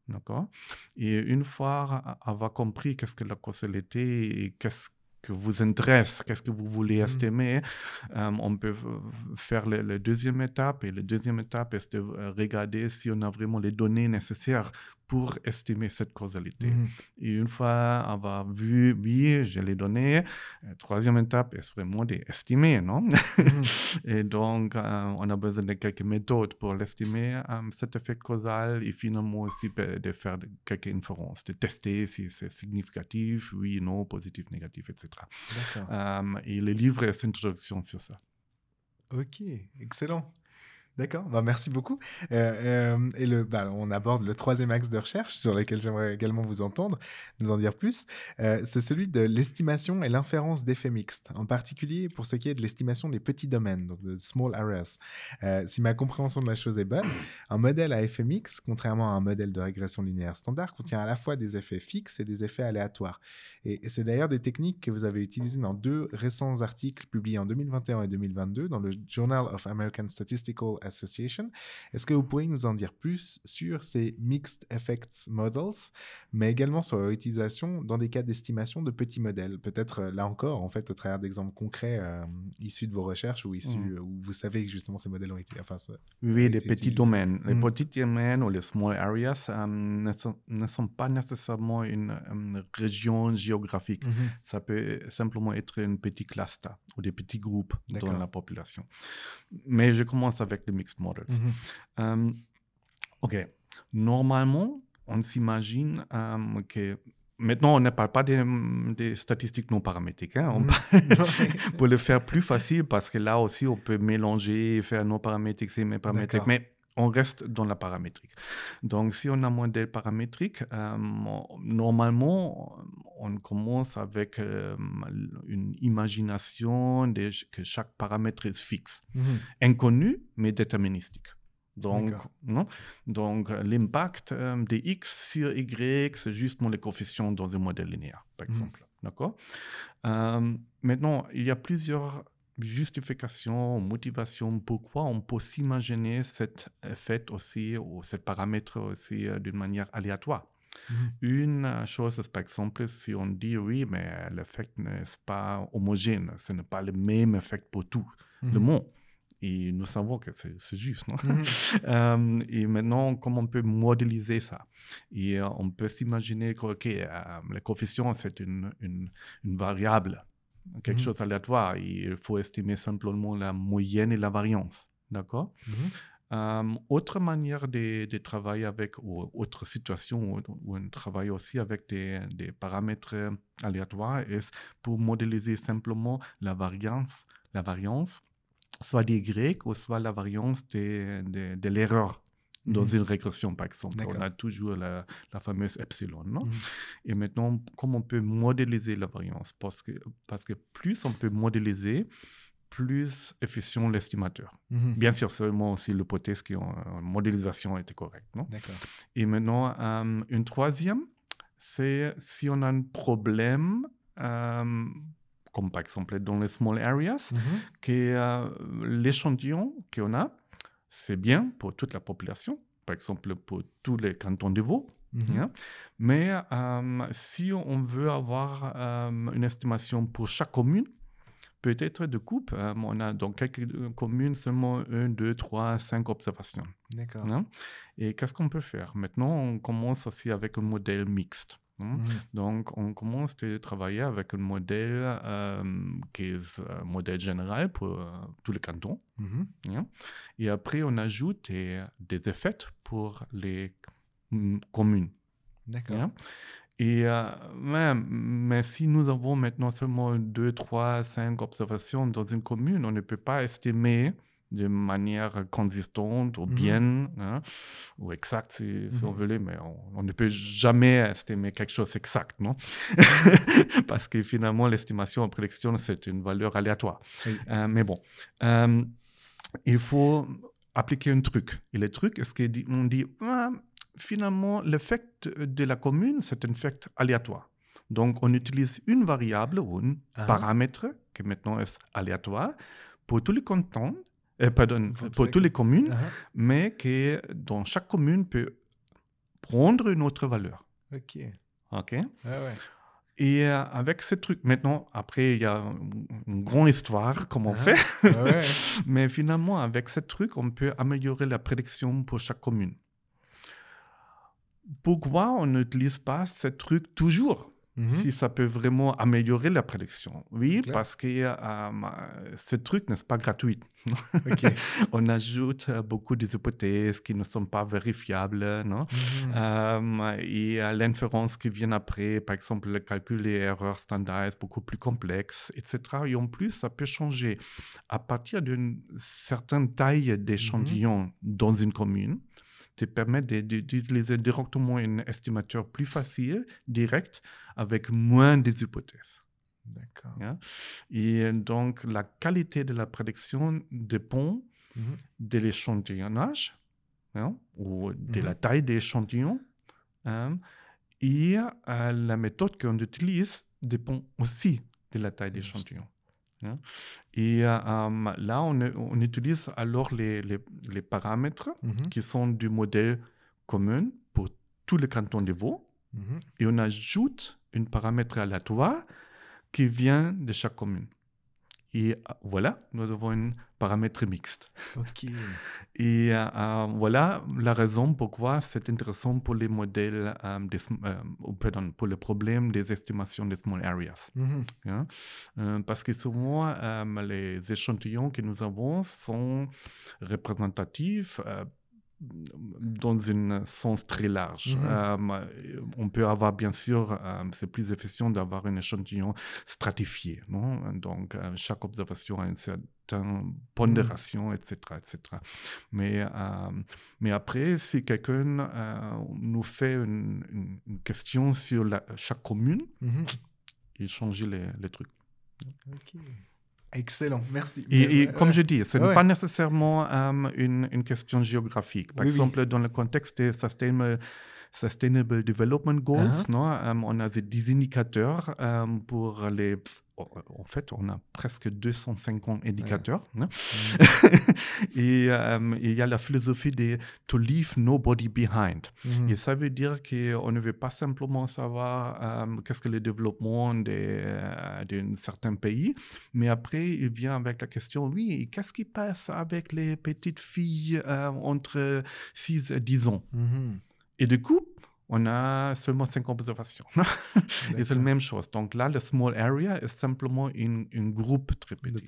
D'accord? Et une fois avoir compris qu'est-ce que la causalité et qu'est-ce que vous intéresse, qu'est-ce que vous voulez estimer, on peut faire la deuxième étape. Et la deuxième étape est de regarder si on a vraiment les données nécessaires pour estimer cette causalité. Et une fois avoir vu, oui, j'ai les données, la troisième étape est vraiment d'estimer, non? Et donc, on a besoin de quelques méthodes pour l'estimer, cet effet causal, et finalement aussi de faire quelques inférences, de tester si c'est significatif, oui, non, positif, négatif, etc. Et le livre est une introduction sur ça. Ok, excellent. D'accord, merci beaucoup. On aborde le troisième axe de recherche sur lequel j'aimerais également vous entendre, nous en dire plus. C'est celui de l'estimation et l'inférence d'effets mixtes, en particulier pour ce qui est de l'estimation des petits domaines, donc de small areas. Si ma compréhension de la chose est bonne, un modèle à effet mixte, contrairement à un modèle de régression linéaire standard, contient à la fois des effets fixes et des effets aléatoires. Et c'est d'ailleurs des techniques que vous avez utilisées dans 2 récents articles publiés en 2021 et 2022 dans le Journal of American Statistical Association. Est-ce que vous pourriez nous en dire plus sur ces Mixed Effects Models, mais également sur leur utilisation dans des cas d'estimation de petits modèles? Peut-être là encore, en fait, au travers d'exemples concrets issus de vos recherches ou où vous savez que justement ces modèles ont été... Oui, des petits domaines. Les petits domaines ou les small areas ne sont pas nécessairement une région géographique. Ça peut simplement être un petit cluster ou des petits groupes dans la population. Mais je commence avec les mixed models. OK. Normalement, on s'imagine que... Maintenant, on ne parle pas des statistiques non paramétriques. Pour le faire plus facile, parce que là aussi, on peut mélanger, faire non paramétriques, c'est paramétriques. Mais on reste dans la paramétrique. Donc, si on a un modèle paramétrique, normalement, on commence avec une imagination que chaque paramètre est fixe, inconnu, mais déterministique. Donc, l'impact de x sur y, c'est justement les coefficients dans un modèle linéaire, par exemple. D'accord? Maintenant, il y a plusieurs justification, motivation, pourquoi on peut s'imaginer cet effet aussi, ou ce paramètre aussi d'une manière aléatoire. Une chose, c'est par exemple, si on dit oui, mais l'effet n'est pas homogène, ce n'est pas le même effet pour tout le monde. Et nous savons que c'est juste, non? Et maintenant, comment on peut modéliser ça? Et on peut s'imaginer que le coefficient, c'est une variable, quelque chose d'aléatoire. Il faut estimer simplement la moyenne et la variance. D'accord? Autre manière de travailler avec, ou autre situation où on travaille aussi avec des paramètres aléatoires, est pour modéliser simplement la variance, soit des Y ou soit la variance de l'erreur dans une régression, par exemple. On a toujours la fameuse epsilon, non? Et maintenant, comment on peut modéliser la variance? Parce que plus on peut modéliser, plus efficient l'estimateur. Bien sûr, seulement si l'hypothèse qu'en modélisation était correcte, non? Et maintenant, une troisième, c'est si on a un problème, comme par exemple dans les small areas, que l'échantillon qu'on a, c'est bien pour toute la population, par exemple pour tous les cantons de Vaud. Mais si on veut avoir une estimation pour chaque commune, peut-être de coupe, on a dans quelques communes seulement 1, 2, 3, 5 observations. Et qu'est-ce qu'on peut faire? Maintenant, on commence aussi avec un modèle mixte. Donc, on commence à travailler avec un modèle qui est un modèle général pour tous les cantons. Et après, on ajoute des effets pour les communes. Et mais si nous avons maintenant seulement 2, 3, 5 observations dans une commune, on ne peut pas estimer de manière consistante ou bien, ou exacte si on veut, mais on ne peut jamais estimer quelque chose d'exact, non? Parce que finalement, l'estimation en prédiction, c'est une valeur aléatoire. Mais bon, il faut appliquer un truc. Et le truc, est-ce qu'on dit finalement, l'effet de la commune, c'est un effet aléatoire. Donc, on utilise une variable ou un paramètre qui maintenant est aléatoire pour tous les cantons, pour toutes les communes, mais qui dans chaque commune peut prendre une autre valeur. Ok. OK? Ouais. Et avec ce truc, maintenant, après, il y a une grande histoire, comment on fait. Ouais. Mais finalement, avec ce truc, on peut améliorer la prédiction pour chaque commune. Pourquoi on n'utilise pas ce truc toujours? Si ça peut vraiment améliorer la prédiction. Oui, parce que ce truc n'est pas gratuit. Ok. On ajoute beaucoup des hypothèses qui ne sont pas vérifiables. Non? Et l'inférence qui vient après, par exemple, le calcul des erreurs standards est beaucoup plus complexe, etc. Et en plus, ça peut changer à partir d'une certaine taille d'échantillon dans une commune. Te permet d'utiliser directement un estimateur plus facile, direct, avec moins des hypothèses. D'accord. Yeah? Et donc, la qualité de la prédiction dépend de l'échantillonnage ou de la taille de l'échantillon. Et la méthode qu'on utilise dépend aussi de la taille de l'échantillon. Et là, on utilise alors les paramètres qui sont du modèle commun pour tous les cantons de Vaud. Et on ajoute un paramètre aléatoire qui vient de chaque commune. Et voilà, nous avons un paramètre mixte. Ok. Et voilà la raison pourquoi c'est intéressant pour les modèles, pour le problème des estimations des small areas. Parce que souvent, les échantillons que nous avons sont représentatifs dans un sens très large. On peut avoir, bien sûr, c'est plus efficient d'avoir un échantillon stratifié. Non? Donc, chaque observation a une certaine pondération, etc. Mais après, si quelqu'un nous fait une question sur chaque commune, il change les trucs. Ok. Excellent, merci. Et comme je dis, ce n'est pas nécessairement une question géographique. Par exemple, dans le contexte des Sustainable Development Goals, on a des indicateurs pour les... En fait, on a presque 250 indicateurs. Et il y a la philosophie de « to leave nobody behind ». Et ça veut dire qu'on ne veut pas simplement savoir qu'est-ce que le développement d'un certain pays, mais après, il vient avec la question, oui, qu'est-ce qui passe avec les petites filles entre 6 et 10 ans Et du coup, on a seulement 5 observations. Et c'est la même chose. Donc là, le small area est simplement un groupe très petit.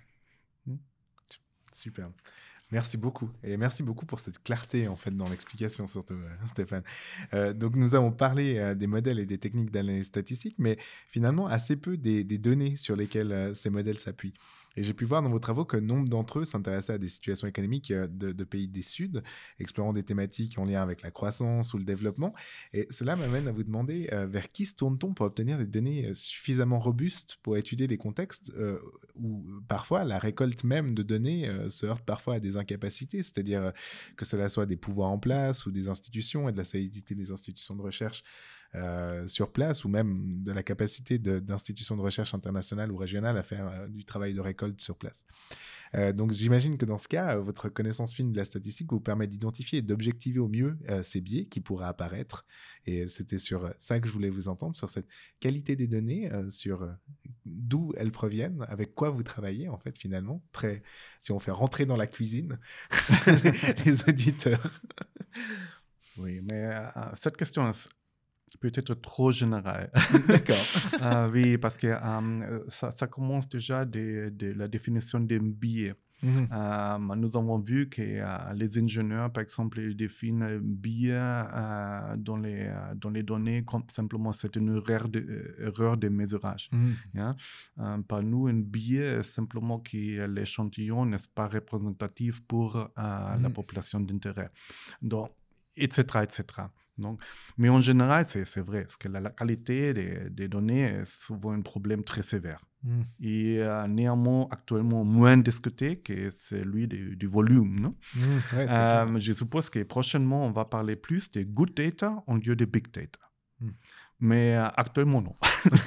Super. Merci beaucoup. Et merci beaucoup pour cette clarté, en fait, dans l'explication, surtout, Stéphane. Donc, nous avons parlé des modèles et des techniques d'analyse statistique, mais finalement, assez peu des données sur lesquelles ces modèles s'appuient. Et j'ai pu voir dans vos travaux que nombre d'entre eux s'intéressaient à des situations économiques de pays des Suds, explorant des thématiques en lien avec la croissance ou le développement. Et cela m'amène à vous demander vers qui se tourne-t-on pour obtenir des données suffisamment robustes pour étudier des contextes où parfois la récolte même de données se heurte parfois à des incapacités, c'est-à-dire que cela soit des pouvoirs en place ou des institutions et de la solidité des institutions de recherche sur place, ou même de la capacité d'institutions de recherche internationales ou régionales à faire du travail de récolte sur place. Donc j'imagine que dans ce cas, votre connaissance fine de la statistique vous permet d'identifier et d'objectiver au mieux ces biais qui pourraient apparaître. Et c'était sur ça que je voulais vous entendre, sur cette qualité des données, sur d'où elles proviennent, avec quoi vous travaillez en fait finalement. Si on fait rentrer dans la cuisine les auditeurs. Oui, mais cette question peut être trop général. D'accord. Oui, parce que ça commence déjà de la définition d'un biais. Nous avons vu que les ingénieurs, par exemple, ils définissent un biais dans les données comme simplement c'est une erreur de mesurage. Par nous, un biais est simplement que l'échantillon n'est pas représentatif pour la population d'intérêt. Donc, etc. Donc, mais en général, c'est vrai, parce que la qualité des données est souvent un problème très sévère. Et néanmoins, actuellement, moins discuté que celui du volume. Non? Je suppose que prochainement, on va parler plus de good data en lieu de big data. Mais actuellement, non.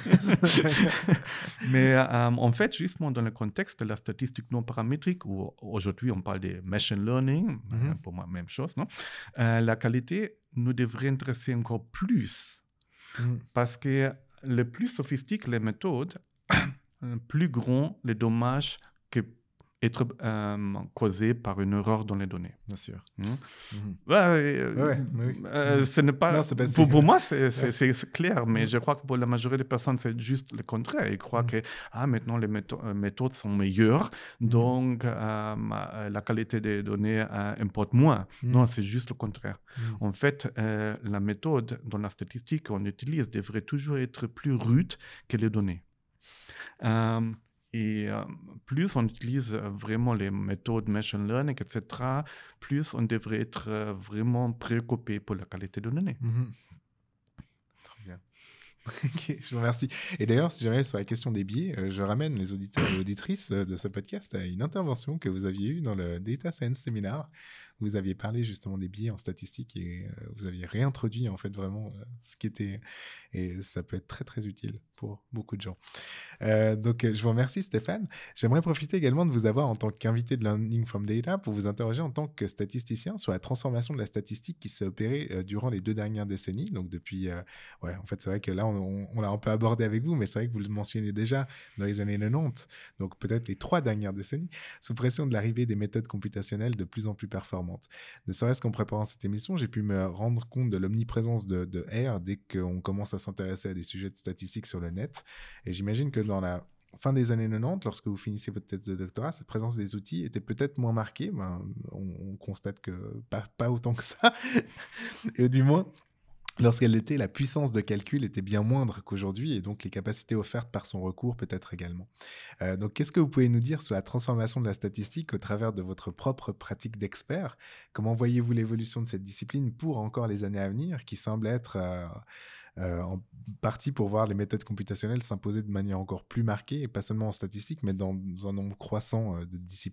Mais en fait, justement, dans le contexte de la statistique non paramétrique, où aujourd'hui on parle de machine learning, pour moi, même chose, non? La qualité nous devrait intéresser encore plus. Parce que le plus sophistiques les méthodes, plus grand les dommages que être causés par une erreur dans les données. Bien sûr. Ce n'est pas, Non, c'est pas pour moi, c'est clair, mais je crois que pour la majorité des personnes, c'est juste le contraire. Ils croient que maintenant, les méthodes sont meilleures, donc la qualité des données importe moins. Non, c'est juste le contraire. En fait, la méthode dans la statistique qu'on utilise devrait toujours être plus rude que les données. Et plus on utilise vraiment les méthodes machine learning, etc., plus on devrait être vraiment préoccupé pour la qualité de données. Très bien. Ok, je vous remercie. Et d'ailleurs, si jamais sur la question des biais, je ramène les auditeurs et auditrices de ce podcast à une intervention que vous aviez eue dans le Data Science Seminar. Vous aviez parlé justement des biais en statistique et vous aviez réintroduit en fait vraiment ce qui était... Et ça peut être très très utile pour beaucoup de gens. Donc je vous remercie Stéphane. J'aimerais profiter également de vous avoir en tant qu'invité de Learning from Data pour vous interroger en tant que statisticien sur la transformation de la statistique qui s'est opérée durant les 2 dernières décennies. Donc depuis... en fait c'est vrai que là on l'a un peu abordé avec vous, mais c'est vrai que vous le mentionnez déjà dans les années 90, donc peut-être les 3 dernières décennies, sous pression de l'arrivée des méthodes computationnelles de plus en plus performantes. Ne serait-ce qu'en préparant cette émission, j'ai pu me rendre compte de l'omniprésence de R dès qu'on commence à s'intéresser à des sujets de statistiques sur le net. Et j'imagine que dans la fin des années 90, lorsque vous finissez votre thèse de doctorat, cette présence des outils était peut-être moins marquée. On constate que pas autant que ça. Et du moins... Lorsqu'elle l'était, la puissance de calcul était bien moindre qu'aujourd'hui et donc les capacités offertes par son recours peut-être également. Donc, qu'est-ce que vous pouvez nous dire sur la transformation de la statistique au travers de votre propre pratique d'expert ? Comment voyez-vous l'évolution de cette discipline pour encore les années à venir qui semble être en partie pour voir les méthodes computationnelles s'imposer de manière encore plus marquée et pas seulement en statistique mais dans un nombre croissant de disciplines ?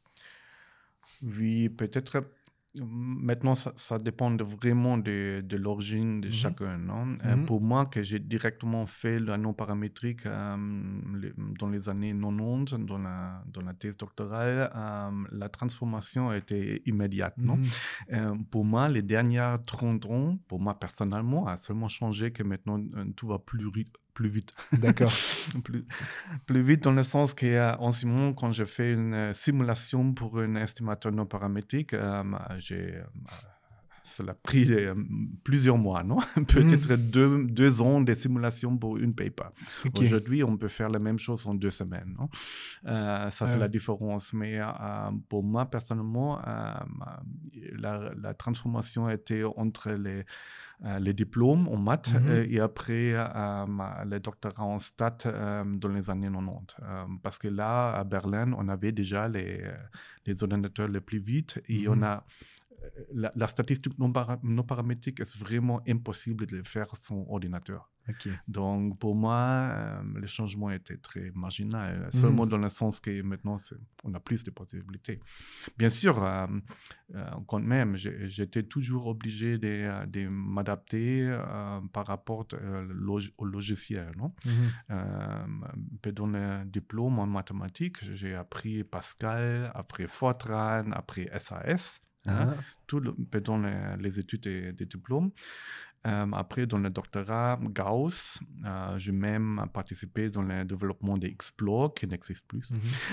Oui, peut-être... Maintenant, ça dépend vraiment de l'origine de chacun. Non? Pour moi, que j'ai directement fait le non paramétrique dans les années 90, dans la thèse doctorale, la transformation a été immédiate. Non? Pour moi, les dernières 30 ans, pour moi personnellement, a seulement changé que maintenant, tout va plus vite. D'accord. plus vite dans le sens qu'en ce moment, quand je fais une simulation pour un estimateur non paramétrique, cela a pris plusieurs mois, non? Peut-être 2 ans de simulation pour une paper. Okay. Aujourd'hui, on peut faire la même chose en 2 semaines. Non? C'est la différence. Mais pour moi, personnellement, la transformation a été entre les diplômes en maths et après les doctorats en stats dans les années 90. Parce que là, à Berlin, on avait déjà les ordinateurs les plus vite et on a... La statistique non paramétrique est vraiment impossible de le faire sans ordinateur. Okay. Donc, pour moi, le changement était très marginal, seulement dans le sens que maintenant, on a plus de possibilités. Bien sûr, quand même, j'étais toujours obligé de m'adapter par rapport au logiciel. Non? Dans le diplôme en mathématiques, j'ai appris Pascal, après Fortran, après SAS. Tout dans les études des diplômes. Après, dans le doctorat, Gauss, j'ai même participé dans le développement d'Explore, qui n'existe plus.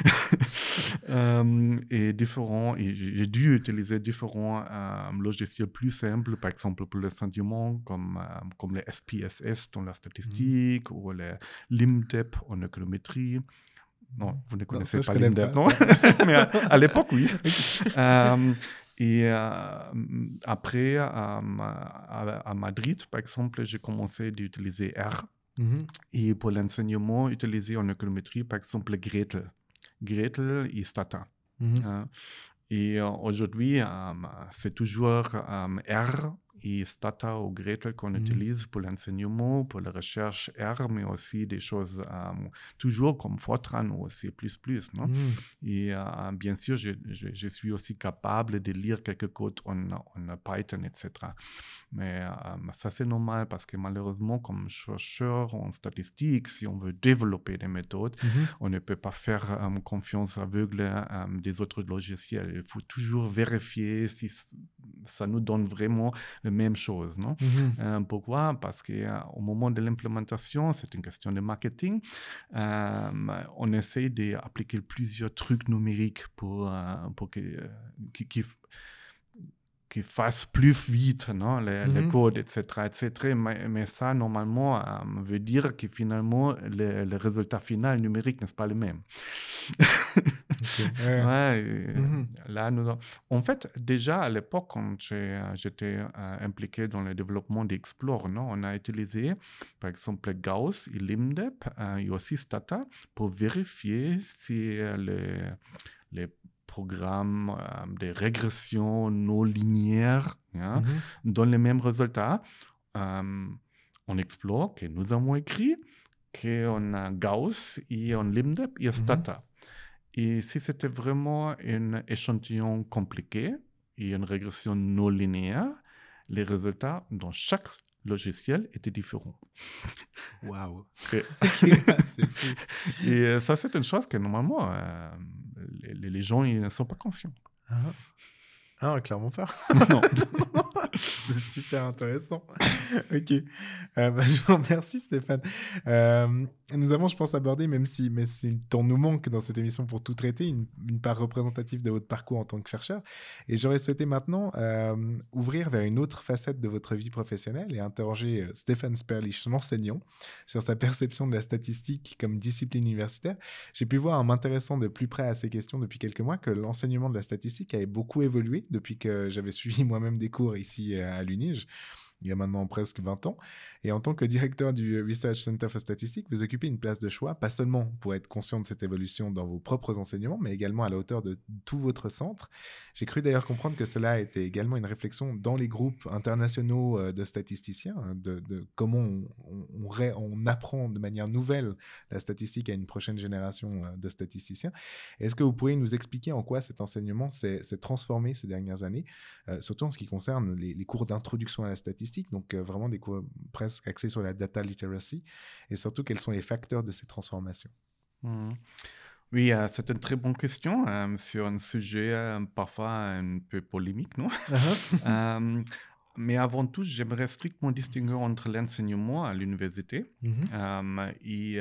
Et j'ai dû utiliser différents logiciels plus simples, par exemple pour le sentiment, comme les SPSS dans la statistique, ou les LIMDEP en économétrie. Non, vous ne connaissez pas LIMDEP, non? Mais à l'époque, oui. Et après, à Madrid, par exemple, j'ai commencé d'utiliser R. Et pour l'enseignement, utiliser en économétrie, par exemple, Gretel et Stata. Et aujourd'hui, c'est toujours R et Stata ou Gretel qu'on utilise pour l'enseignement, pour la recherche R, mais aussi des choses toujours comme Fortran ou C++. Non? Et bien sûr, je suis aussi capable de lire quelques codes en Python, etc. Mais ça, c'est normal parce que malheureusement, comme chercheur en statistique, si on veut développer des méthodes, on ne peut pas faire confiance aveugle des autres logiciels. Il faut toujours vérifier si ça nous donne vraiment la même chose. Non? Pourquoi? Parce qu'au moment de l'implémentation, c'est une question de marketing. On essaie d'appliquer plusieurs trucs numériques pour qui fasse plus vite le code, etc. Mais ça, normalement, veut dire que finalement, le résultat final numérique n'est pas le même. Là, en fait, déjà à l'époque, quand j'étais impliqué dans le développement d'Explore, on a utilisé, par exemple, Gauss et LIMDEP et aussi Stata pour vérifier si les programmes de régression non linéaire donnent les mêmes résultats. On Explore, que nous avons écrit, qu'on a Gauss et on LIMDEP et Stata. Et si c'était vraiment un échantillon compliqué et une régression non linéaire, les résultats dans chaque logiciel étaient différents. Waouh! C'est fou. Et ça, c'est une chose que normalement, les gens ils ne sont pas conscients. Ah, clairement pas. Non. C'est super intéressant. Ok. Je vous remercie, Stéphane. Nous avons, je pense, abordé, même si le temps nous manque dans cette émission pour tout traiter, une part représentative de votre parcours en tant que chercheur. Et j'aurais souhaité maintenant ouvrir vers une autre facette de votre vie professionnelle et interroger Stéphane Sperlich, l'enseignant, sur sa perception de la statistique comme discipline universitaire. J'ai pu voir en m'intéressant de plus près à ces questions depuis quelques mois que l'enseignement de la statistique avait beaucoup évolué depuis que j'avais suivi moi-même des cours ici à l'UNIJ, il y a maintenant presque 20 ans. Et en tant que directeur du Research Center for Statistics, vous occupez une place de choix, pas seulement pour être conscient de cette évolution dans vos propres enseignements, mais également à la hauteur de tout votre centre. J'ai cru d'ailleurs comprendre que cela était également une réflexion dans les groupes internationaux de statisticiens, de comment on apprend de manière nouvelle la statistique à une prochaine génération de statisticiens. Est-ce que vous pourriez nous expliquer en quoi cet enseignement s'est transformé ces dernières années, surtout en ce qui concerne les cours d'introduction à la statistique, donc vraiment des cours presque axés sur la data literacy, et surtout quels sont les facteurs de ces transformations? Oui, c'est une très bonne question sur un sujet parfois un peu polémique, non? Mais avant tout, j'aimerais strictement distinguer entre l'enseignement à l'université et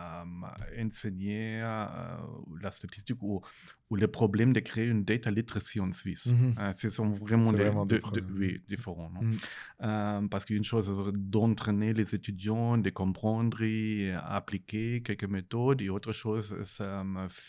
enseigner la statistique ou le problème de créer une data literacy en Suisse. Ce sont vraiment différents. Non? Parce qu'une chose est d'entraîner les étudiants, de comprendre et appliquer quelques méthodes, et autre chose, c'est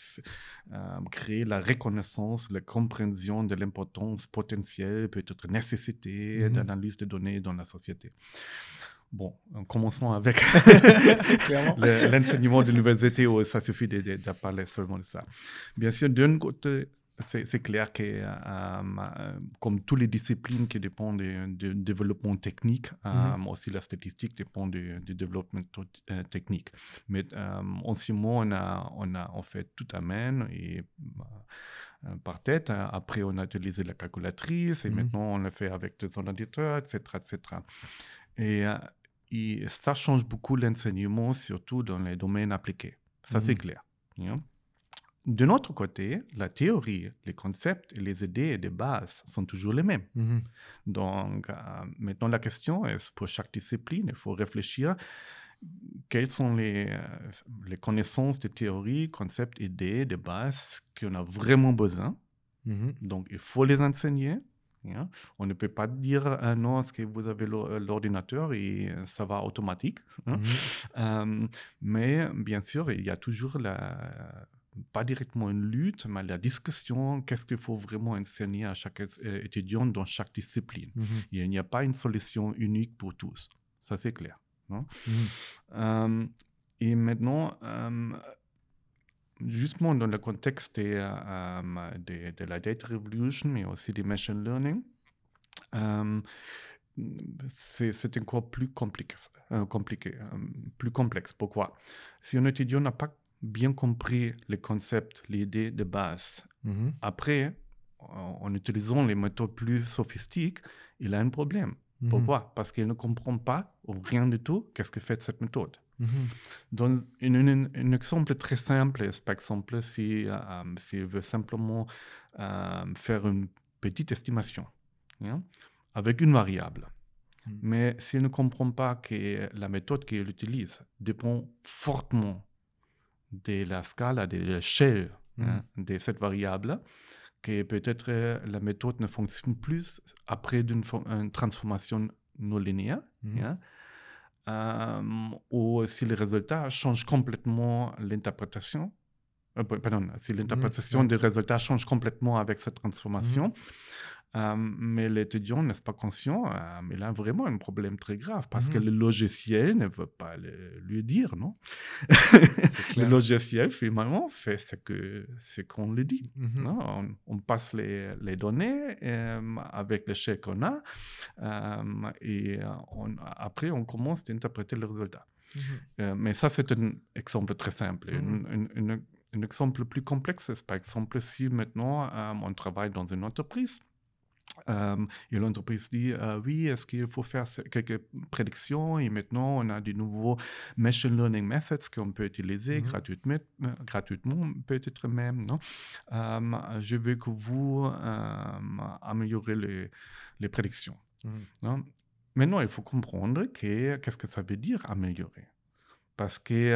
créer la reconnaissance, la compréhension de l'importance potentielle, peut-être nécessité d'analyse de données dans la société. Bon, commençons avec l'enseignement de l'université où ça suffit de parler seulement de ça. Bien sûr, d'un côté, c'est clair que comme toutes les disciplines qui dépendent du développement technique, aussi la statistique dépend du développement technique. Mais en ce moment, on fait tout à main et par tête. Après, on a utilisé la calculatrice et maintenant, on le fait avec des ordinateurs, etc., etc. Et ça change beaucoup l'enseignement, surtout dans les domaines appliqués. Ça, c'est clair. De notre côté, la théorie, les concepts et les idées de base sont toujours les mêmes. Donc, maintenant, la question est, pour chaque discipline, il faut réfléchir quelles sont les connaissances de théorie, concepts, idées de base qu'on a vraiment besoin. Donc, il faut les enseigner. On ne peut pas dire non, est-ce que vous avez l'ordinateur et ça va automatique. Mais bien sûr, il y a toujours pas directement une lutte, mais la discussion, qu'est-ce qu'il faut vraiment enseigner à chaque étudiant dans chaque discipline. Il n'y a pas une solution unique pour tous. Ça, c'est clair. Non? Et maintenant, justement dans le contexte de la data revolution, mais aussi du machine learning, c'est encore plus compliqué. Plus complexe. Pourquoi? Si un étudiant n'a pas bien compris les concepts, l'idée de base, après, en utilisant les méthodes plus sophistiquées, il a un problème. Pourquoi? Parce qu'il ne comprend pas ou rien du tout qu'est-ce que fait cette méthode. Donc, un exemple très simple est, par exemple, si il veut simplement faire une petite estimation avec une variable. Mais s'il ne comprend pas que la méthode qu'il utilise dépend fortement de la scala, de l'échelle de cette variable, que peut-être la méthode ne fonctionne plus après une transformation non linéaire, ou si le résultat change complètement l'interprétation, si l'interprétation des résultats change complètement avec cette transformation, mais l'étudiant n'est pas conscient, il a vraiment un problème très grave parce que le logiciel ne veut pas lui dire, non? Le logiciel, finalement, fait ce qu'on lui dit. Non? On passe les données avec l'échelle qu'on a et après, on commence à interpréter le résultat. Mais ça, c'est un exemple très simple. Un exemple plus complexe, c'est par exemple si maintenant on travaille dans une entreprise, et l'entreprise dit oui, est-ce qu'il faut faire quelques prédictions et maintenant on a de nouveaux machine learning methods qu'on peut utiliser gratuitement peut-être même, non? Je veux que vous améliorez les prédictions. Non? Maintenant, il faut comprendre qu'est-ce que ça veut dire améliorer, parce que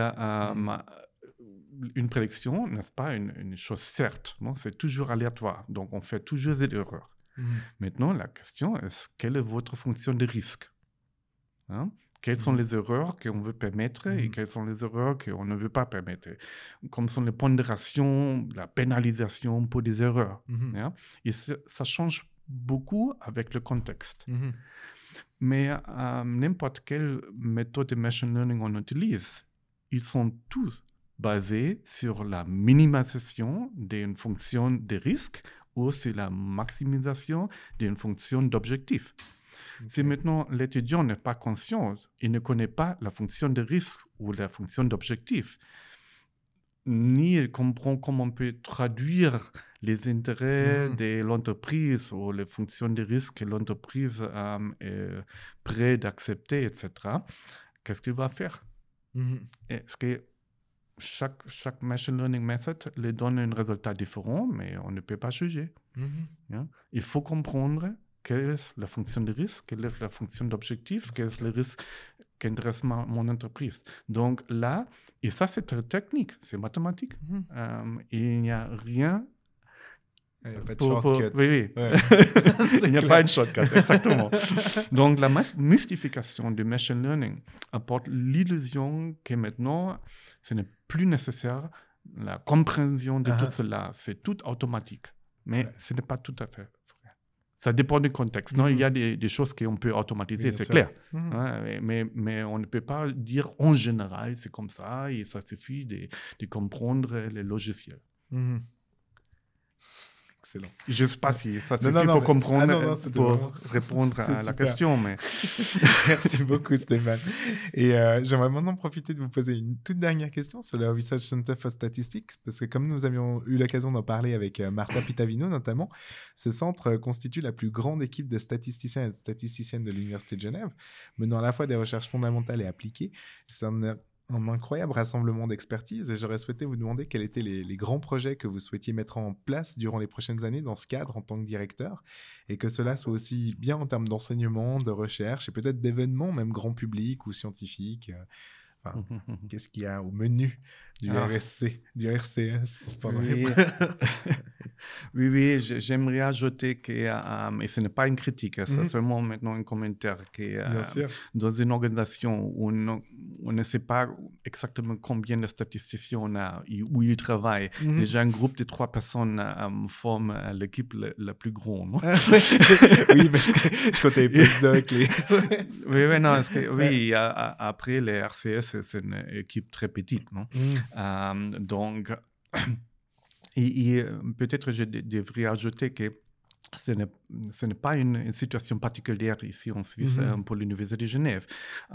une prédiction, n'est-ce pas, une chose certes, non? C'est toujours aléatoire, donc on fait toujours des erreurs. Maintenant, la question est quelle est votre fonction de risque? Quelles sont les erreurs qu'on veut permettre et quelles sont les erreurs qu'on ne veut pas permettre? Comme sont les pondérations, la pénalisation pour des erreurs. Et ça change beaucoup avec le contexte. Mais n'importe quelle méthode de machine learning on utilise, ils sont tous basés sur la minimisation d'une fonction de risque ou sur la maximisation d'une fonction d'objectif. Si maintenant l'étudiant n'est pas conscient, il ne connaît pas la fonction de risque ou la fonction d'objectif, ni il comprend comment on peut traduire les intérêts de l'entreprise ou les fonctions de risque que l'entreprise est prête d'accepter, etc., qu'est-ce qu'il va faire? Est-ce que chaque machine learning method lui donne un résultat différent, mais on ne peut pas juger. Il faut comprendre quelle est la fonction de risque, quelle est la fonction d'objectif, quel est le risque qu'intéresse mon entreprise. Donc là, et ça c'est très technique, c'est mathématique. Il n'y a rien... Il n'y a pas de shortcut. Oui. Il n'y a pas de shortcut, exactement. Donc, la mystification du machine learning apporte l'illusion que maintenant, ce n'est plus nécessaire la compréhension de tout cela. C'est tout automatique. Mais ce n'est pas tout à fait vrai. Ça dépend du contexte. Non, il y a des choses qu'on peut automatiser, c'est clair. Mais on ne peut pas dire en général, c'est comme ça, et ça suffit de comprendre les logiciels. Excellent. Je ne sais pas si ça suffit pour comprendre, pour répondre à la question. Mais... Merci beaucoup, Stéphane. Et j'aimerais maintenant profiter de vous poser une toute dernière question sur le Research Center for Statistics, parce que comme nous avions eu l'occasion d'en parler avec Marta Pitavino notamment, ce centre constitue la plus grande équipe de statisticiens et de statisticiennes de l'Université de Genève, menant à la fois des recherches fondamentales et appliquées. C'est un incroyable rassemblement d'expertise et j'aurais souhaité vous demander quels étaient les grands projets que vous souhaitiez mettre en place durant les prochaines années dans ce cadre en tant que directeur, et que cela soit aussi bien en termes d'enseignement, de recherche et peut-être d'événements, même grand public ou scientifiques. Qu'est-ce qu'il y a au menu du RSC, du RCS pendant Oui, j'aimerais ajouter que, et ce n'est pas une critique, c'est seulement maintenant un commentaire, que dans une organisation où on ne sait pas exactement combien de statisticiens on a, où ils travaillent, déjà un groupe de 3 personnes forme l'équipe la plus grande. Non? Oui, parce que je comptais les postdocs. Après les RCS, c'est une équipe très petite, non? Donc, et peut-être je devrais ajouter que ce n'est pas une situation particulière ici en Suisse pour l'Université de Genève.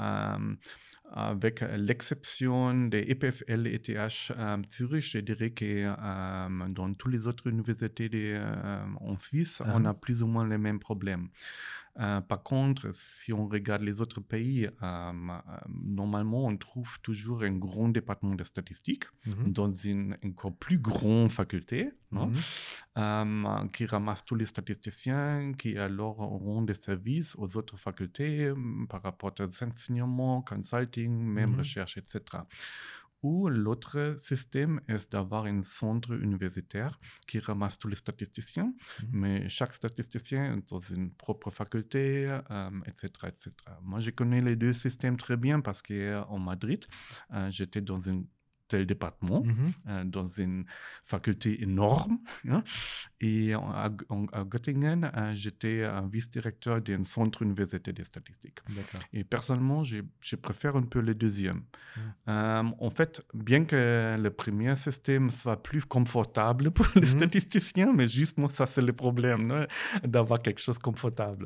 Avec l'exception des EPFL et ETH Zurich, je dirais que dans toutes les autres universités en Suisse, on a plus ou moins les mêmes problèmes. Par contre, si on regarde les autres pays, normalement, on trouve toujours un grand département de statistiques dans une encore plus grande faculté, non? Qui ramasse tous les statisticiens, qui alors rend des services aux autres facultés par rapport aux enseignements, consulting, même recherche, etc. Ou l'autre système est d'avoir un centre universitaire qui ramasse tous les statisticiens, mais chaque statisticien est dans une propre faculté, etc., etc. Moi, je connais les deux systèmes très bien parce qu'en Madrid, j'étais dans un tel département, dans une faculté énorme. Hein, et à Göttingen, j'étais vice-directeur d'un centre universitaire des statistiques. Et personnellement, je préfère un peu le deuxième. En fait, bien que le premier système soit plus confortable pour les statisticiens, mais justement, ça, c'est le problème, non, d'avoir quelque chose de confortable.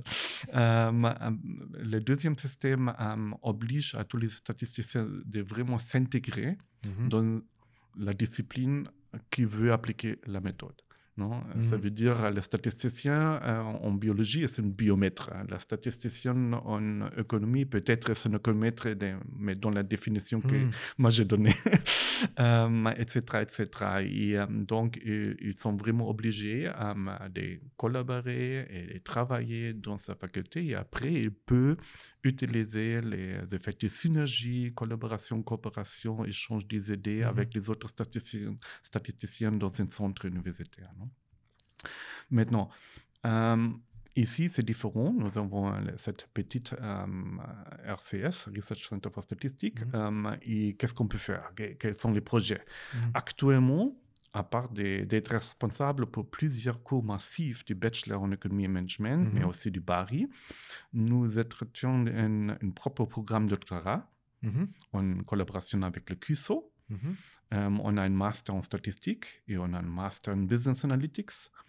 Le deuxième système oblige à tous les statisticiens de vraiment s'intégrer dans la discipline qui veut appliquer la méthode. Non? Ça veut dire le statisticien en biologie est un biomètre. Le statisticien en économie peut-être c'est un économètre, mais dans la définition que moi j'ai donnée, etc., etc. Et donc, ils sont vraiment obligés de collaborer et de travailler dans sa faculté. Et après, ils peuvent utiliser les effets de synergie, collaboration, coopération, échange des idées avec les autres statisticiens dans un centre universitaire. Non? Maintenant, ici, c'est différent. Nous avons cette petite RCS, Research Center for Statistics, et qu'est-ce qu'on peut faire? Quels sont les projets? Actuellement, à part d'être responsable pour plusieurs cours massifs du Bachelor en économie et management, mais aussi du BARI, nous traitions un propre programme de doctorat en collaboration avec le QSO. On a un master en statistique et on a un master en business analytics.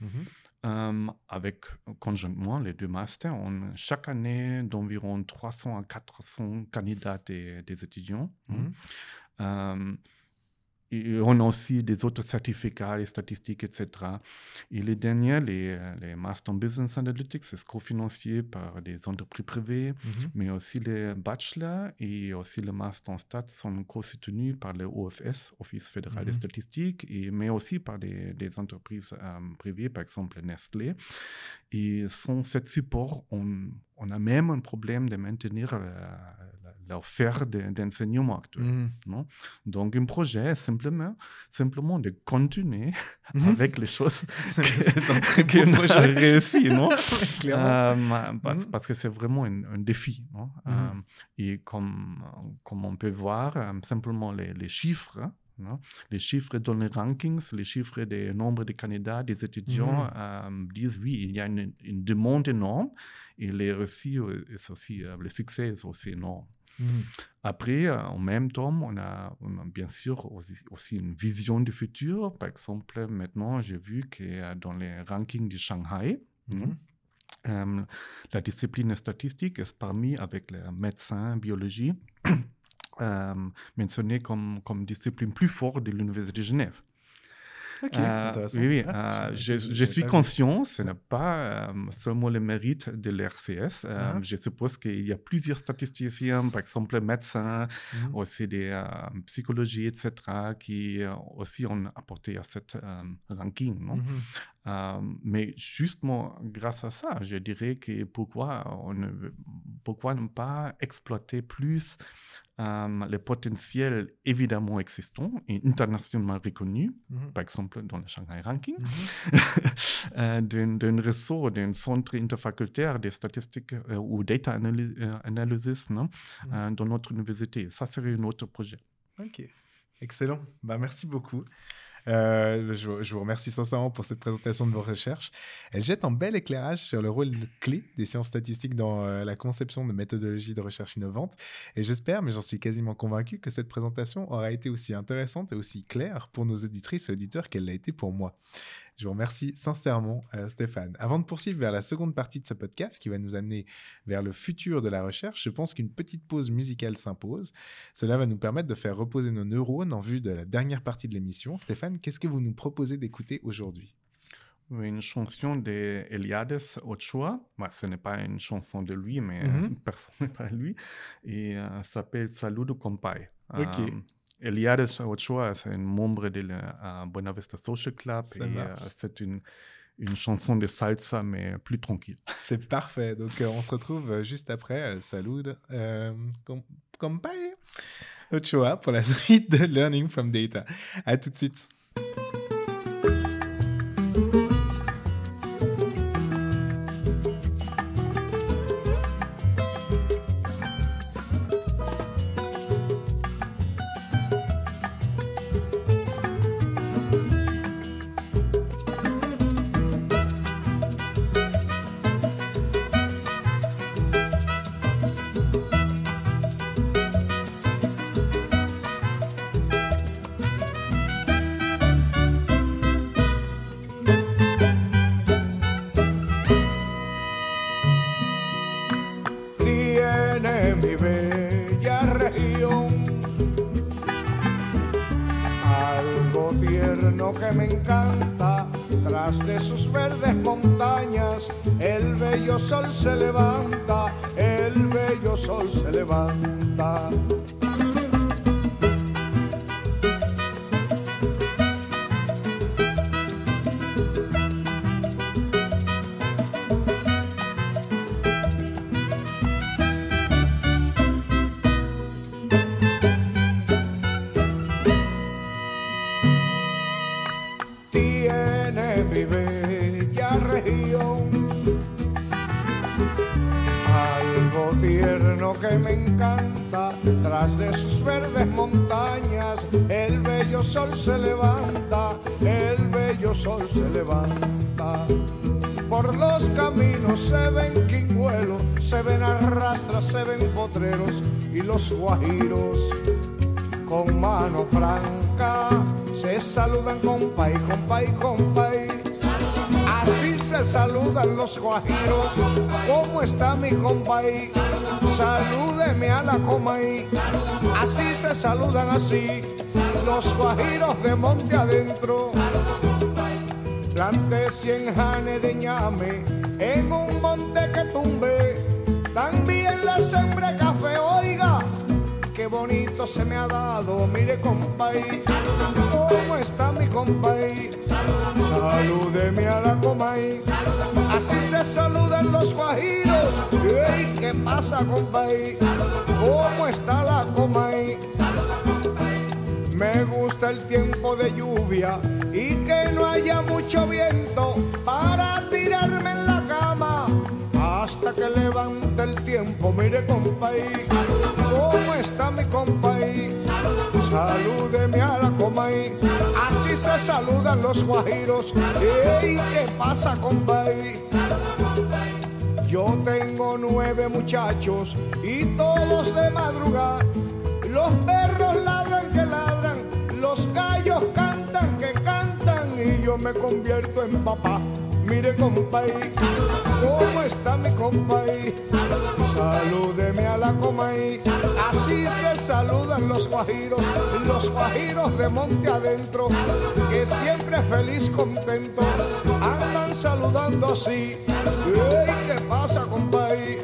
Avec conjointement les deux masters, on a chaque année d'environ 300 à 400 candidats des étudiants. Et on a aussi des autres certificats, les statistiques, etc. Et les derniers, les Masters en Business Analytics, c'est cofinancé par des entreprises privées, mais aussi les bachelors et aussi les Masters en Stats sont co-soutenus par le OFS, Office fédéral des statistiques, mais aussi par des entreprises privées, par exemple Nestlé. Et sans ce support, on a même un problème de maintenir l'offre d'enseignement actuel. Non? Donc, un projet est simplement de continuer avec les choses qu'on a réussi. Non? Parce que c'est vraiment un défi. Non? Et comme on peut voir, simplement les chiffres, non? Les chiffres dans les rankings, les chiffres des nombres de candidats, des étudiants disent oui, il y a une demande énorme et les récits, aussi, le succès est aussi énorme. Après, en même temps, on a bien sûr aussi une vision du futur. Par exemple, maintenant, j'ai vu que dans les rankings de Shanghai, la discipline statistique est parmi avec les médecins, biologie, mentionné comme discipline plus forte de l'Université de Genève. Ok, intéressant. Oui, je suis conscient, ce n'est pas seulement le mérite de l'RCS. Je suppose qu'il y a plusieurs statisticiens, par exemple médecins, aussi des psychologies, etc., qui aussi ont apporté à cette ranking. Non? Mais justement, grâce à ça, je dirais que pourquoi ne pas exploiter plus le potentiel évidemment existant et internationalement reconnu, par exemple dans le Shanghai Ranking, d'un réseau, d'un centre interfacultaire des statistiques ou data analysis dans notre université. Ça serait un autre projet. Ok, excellent. Merci beaucoup. Je vous remercie sincèrement pour cette présentation de vos recherches. Elle jette un bel éclairage sur le rôle clé des sciences statistiques dans la conception de méthodologies de recherche innovantes. Et j'espère, mais j'en suis quasiment convaincu, que cette présentation aura été aussi intéressante et aussi claire pour nos auditrices et auditeurs qu'elle l'a été pour moi. Je vous remercie sincèrement, Stéphane. Avant de poursuivre vers la seconde partie de ce podcast qui va nous amener vers le futur de la recherche, je pense qu'une petite pause musicale s'impose. Cela va nous permettre de faire reposer nos neurones en vue de la dernière partie de l'émission. Stéphane, qu'est-ce que vous nous proposez d'écouter aujourd'hui ? Une chanson d'Eliades Ochoa. Ce n'est pas une chanson de lui, mais performée par lui. Et s'appelle Saludo Compay. Ok. Eliades Ochoa, c'est un membre de la Buena Vista Social Club. C'est une chanson de salsa, mais plus tranquille. C'est parfait. Donc, on se retrouve juste après. Saludo Compay Ochoa pour la suite de Learning from Data. À tout de suite. Que me encanta, tras de sus verdes montañas, el bello sol se levanta, el bello sol se levanta. Que me encanta, tras de sus verdes montañas, el bello sol se levanta, el bello sol se levanta. Por los caminos se ven quinguelos, se ven arrastras, se ven potreros y los guajiros con mano franca se saludan compay, compay, compay. Así se saludan los guajiros. ¿Cómo está mi compay? Salúdeme a la comay. Así se saludan así los guajiros de monte adentro. Planté 100 janes de ñame en un monte que tumbé. También la sembré café, oiga, qué bonito se me ha dado. Mire compay, ¿cómo está mi compay? Salúdeme a la comay. Así se saludan los guajiros. ¡Ey! ¿Qué pasa, compay? ¿Cómo está la comay? Me gusta el tiempo de lluvia y que no haya mucho viento para tirarme en la cama hasta que levante el tiempo. Mire, compay, ¿cómo está mi compay? Salúdeme a la comay. Así se saludan los guajiros. ¡Ey! ¿Qué pasa, compay? Yo tengo 9 muchachos y todos de madrugada. Los perros ladran que ladran, los gallos cantan que cantan y yo me convierto en papá. Mire, compay, ¿cómo está mi compay? Salúdeme a la comay. Así se saludan los guajiros de monte adentro, que siempre feliz, contento, andan saludando así. ¡Ey! ¿Qué pasa, compay?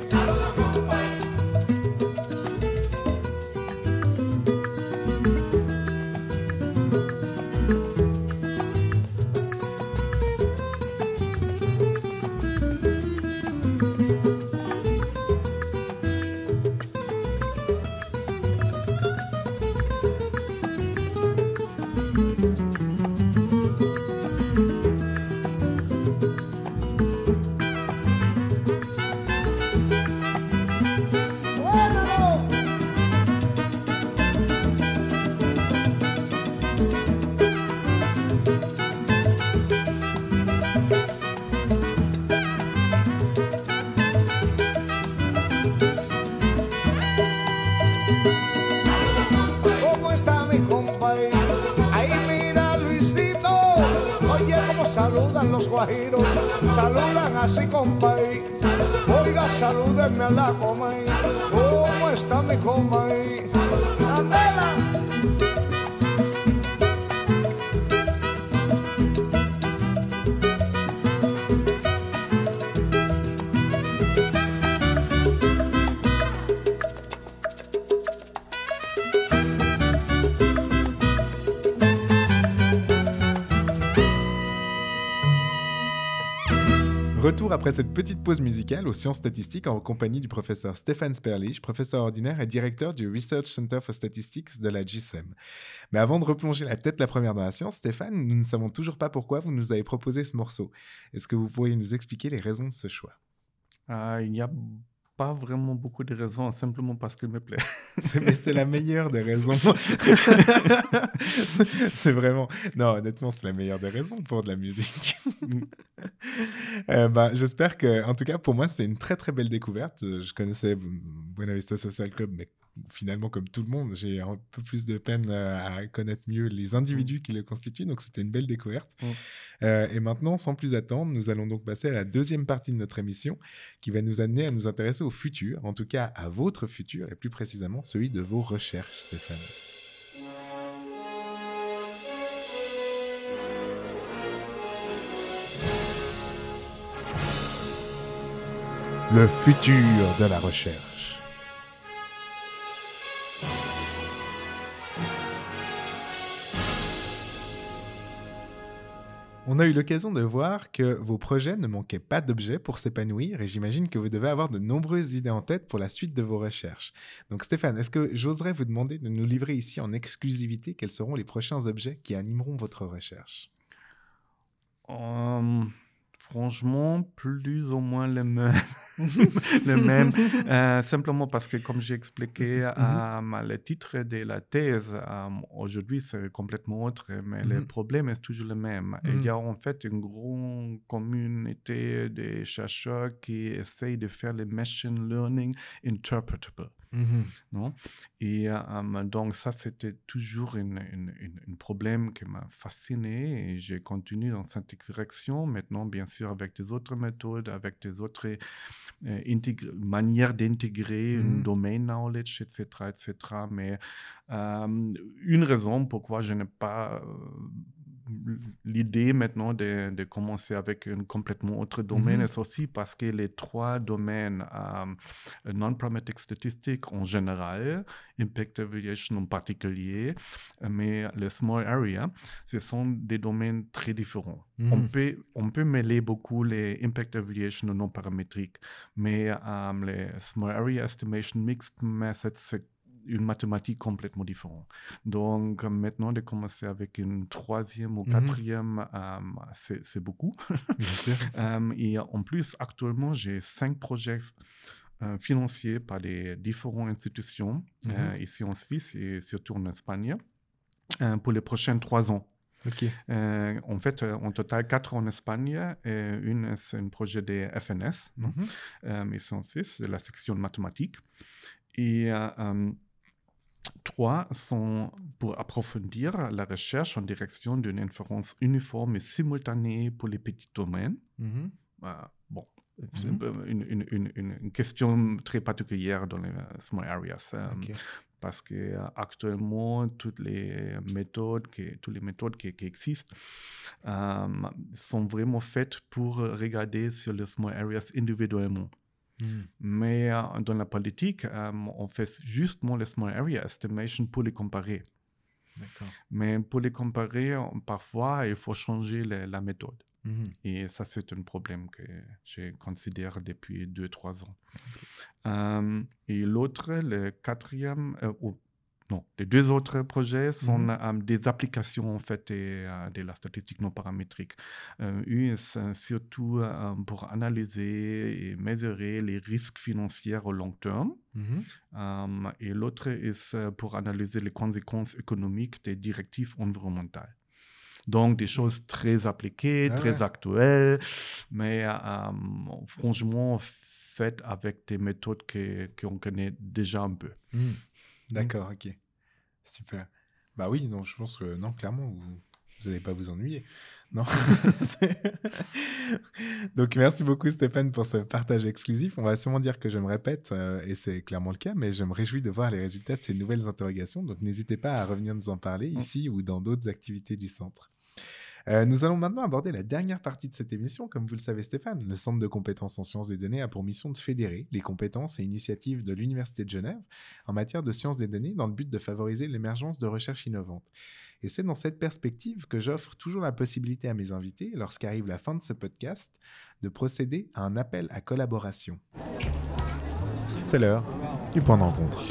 saludan los guajiros, saludan así compay. Oiga, salúdenme a la comay, ¿cómo está mi comay? ¡Candela! Retour après cette petite pause musicale aux sciences statistiques en compagnie du professeur Stefan Sperlich, professeur ordinaire et directeur du Research Center for Statistics de la GSEM. Mais avant de replonger la tête la première dans la science, Stéphane, nous ne savons toujours pas pourquoi vous nous avez proposé ce morceau. Est-ce que vous pourriez nous expliquer les raisons de ce choix? Il n'y a pas vraiment beaucoup de raisons, simplement parce qu'il me plaît. Mais c'est la meilleure des raisons. C'est vraiment... Non, honnêtement, c'est la meilleure des raisons pour de la musique. J'espère que, en tout cas, pour moi, c'était une très, très belle découverte. Je connaissais Buena Vista Social Club, mais finalement, comme tout le monde, j'ai un peu plus de peine à connaître mieux les individus qui le constituent. Donc, c'était une belle découverte. Et maintenant, sans plus attendre, nous allons donc passer à la deuxième partie de notre émission qui va nous amener à nous intéresser au futur, en tout cas à votre futur, et plus précisément celui de vos recherches, Stéphane. Le futur de la recherche. On a eu l'occasion de voir que vos projets ne manquaient pas d'objets pour s'épanouir et j'imagine que vous devez avoir de nombreuses idées en tête pour la suite de vos recherches. Donc Stéphane, est-ce que j'oserais vous demander de nous livrer ici en exclusivité quels seront les prochains objets qui animeront votre recherche? Franchement, plus ou moins les mêmes. Les mêmes. Simplement parce que, comme j'ai expliqué, le titre de la thèse, aujourd'hui, c'est complètement autre, mais le problème est toujours le même. Il y a en fait une grande communauté de chercheurs qui essayent de faire le machine learning interpretable. Non? Et donc ça, c'était toujours un problème qui m'a fasciné et j'ai continué dans cette direction. Maintenant, bien sûr, avec des autres méthodes, avec des autres manières d'intégrer un domain knowledge, etc., etc. Mais une raison pourquoi je n'ai pas l'idée maintenant de commencer avec un complètement autre domaine est aussi parce que les trois domaines, non-parametric statistics en général, impact evaluation en particulier, mais le small area, ce sont des domaines très différents. On peut mêler beaucoup les impact evaluation non paramétriques, mais les small area estimation mixed methods, c'est une mathématique complètement différente. Donc, maintenant, de commencer avec une troisième ou quatrième, c'est beaucoup. Bien sûr. Et en plus, actuellement, j'ai 5 projets financés par les différentes institutions ici en Suisse et surtout en Espagne pour les prochaines 3 ans. Okay. En fait, en total, 4 en Espagne. Une, c'est un projet de FNS, ici en Suisse, la section mathématique. Et 3 sont pour approfondir la recherche en direction d'une inférence uniforme et simultanée pour les petits domaines. C'est une question très particulière dans les small areas. Parce qu'actuellement, toutes les méthodes qui existent sont vraiment faites pour regarder sur les small areas individuellement. Mais dans la politique, on fait justement les small area estimation pour les comparer. D'accord. Mais pour les comparer, parfois, il faut changer la méthode. Et ça, c'est un problème que je considère depuis 2-3 ans. Et l'autre, le quatrième, les 2 autres projets sont des applications en fait de la statistique non paramétrique. Une, c'est surtout pour analyser et mesurer les risques financiers au long terme. Et l'autre est pour analyser les conséquences économiques des directives environnementales. Donc, des choses très appliquées, très actuelles, mais franchement faites avec des méthodes qu'on connaît déjà un peu. D'accord, ok. Super. Bah oui, non, je pense que, non, clairement, Vous n'allez pas vous ennuyer. Non. Donc, merci beaucoup, Stéphane, pour ce partage exclusif. On va sûrement dire que je me répète, et c'est clairement le cas, mais je me réjouis de voir les résultats de ces nouvelles interrogations. Donc, n'hésitez pas à revenir nous en parler ici ou dans d'autres activités du centre. Nous allons maintenant aborder la dernière partie de cette émission. Comme vous le savez, Stéphane, le Centre de compétences en sciences des données a pour mission de fédérer les compétences et initiatives de l'Université de Genève en matière de sciences des données dans le but de favoriser l'émergence de recherches innovantes. Et c'est dans cette perspective que j'offre toujours la possibilité à mes invités, lorsqu'arrive la fin de ce podcast, de procéder à un appel à collaboration. C'est l'heure du point de rencontre.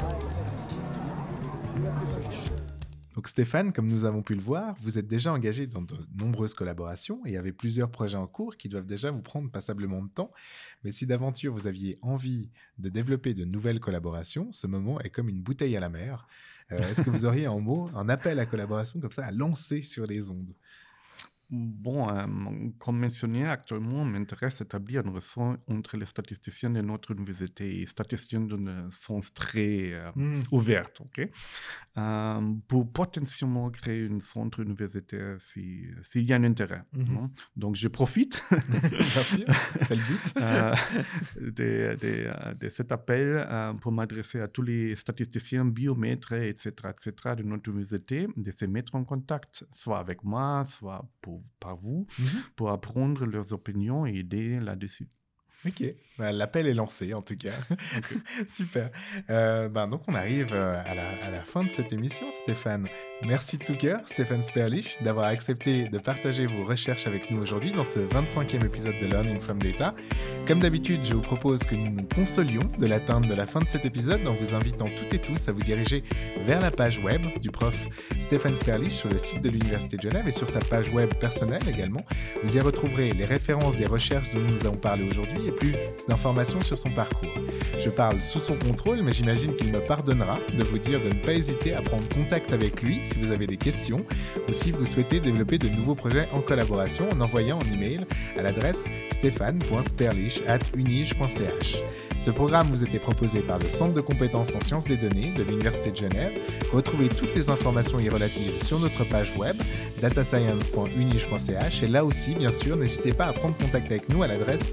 Donc Stéphane, comme nous avons pu le voir, vous êtes déjà engagé dans de nombreuses collaborations et avez plusieurs projets en cours qui doivent déjà vous prendre passablement de temps. Mais si d'aventure vous aviez envie de développer de nouvelles collaborations, ce moment est comme une bouteille à la mer. Est-ce que vous auriez en mots un appel à collaboration comme ça à lancer sur les ondes ? Bon, comme mentionné, actuellement, m'intéresse d'établir une relation entre les statisticiens de notre université et statisticiens d'un sens très ouvert, ok? Pour potentiellement créer un centre universitaire s'il y a un intérêt. Donc, je profite Bien sûr, c'est le but. de cet appel pour m'adresser à tous les statisticiens, biomètres, etc., de notre université, de se mettre en contact, soit avec moi, soit par vous, pour apprendre leurs opinions et aider là-dessus. Ok, l'appel est lancé en tout cas. Okay. Super. Donc on arrive à la fin de cette émission, Stéphane. Merci de tout cœur, Stéphane Sperlich, d'avoir accepté de partager vos recherches avec nous aujourd'hui dans ce 25e épisode de Learning from Data. Comme d'habitude, je vous propose que nous nous consolions de l'atteinte de la fin de cet épisode en vous invitant toutes et tous à vous diriger vers la page web du prof Stéphane Sperlich sur le site de l'Université de Genève et sur sa page web personnelle également. Vous y retrouverez les références des recherches dont nous avons parlé aujourd'hui et plus d'informations sur son parcours. Je parle sous son contrôle, mais j'imagine qu'il me pardonnera de vous dire de ne pas hésiter à prendre contact avec lui si vous avez des questions ou si vous souhaitez développer de nouveaux projets en collaboration en envoyant un email à l'adresse stephane.sperlich@unige.ch. Ce programme vous était proposé par le Centre de compétences en sciences des données de l'Université de Genève. Retrouvez toutes les informations y relatives sur notre page web datascience.unige.ch et là aussi, bien sûr, n'hésitez pas à prendre contact avec nous à l'adresse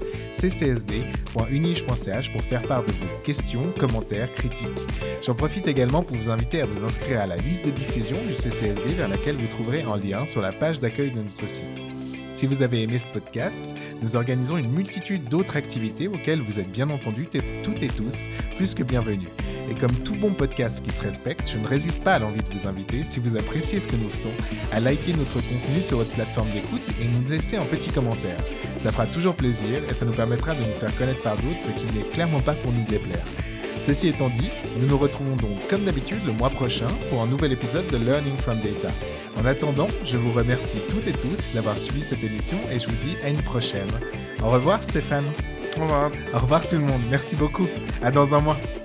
ccsd.unige.ch pour faire part de vos questions, commentaires, critiques. J'en profite également pour vous inviter à vous inscrire à la liste de diffusion du CCSD vers laquelle vous trouverez un lien sur la page d'accueil de notre site. Si vous avez aimé ce podcast, nous organisons une multitude d'autres activités auxquelles vous êtes bien entendu toutes et tous plus que bienvenus. Et comme tout bon podcast qui se respecte, je ne résiste pas à l'envie de vous inviter, si vous appréciez ce que nous faisons, à liker notre contenu sur votre plateforme d'écoute et nous laisser un petit commentaire. Ça fera toujours plaisir et ça nous permettra de nous faire connaître par d'autres, ce qui n'est clairement pas pour nous déplaire. Ceci étant dit, nous nous retrouvons donc comme d'habitude le mois prochain pour un nouvel épisode de Learning from Data. En attendant, je vous remercie toutes et tous d'avoir suivi cette émission et je vous dis à une prochaine. Au revoir Stéphane. Au revoir. Au revoir tout le monde. Merci beaucoup. À dans un mois.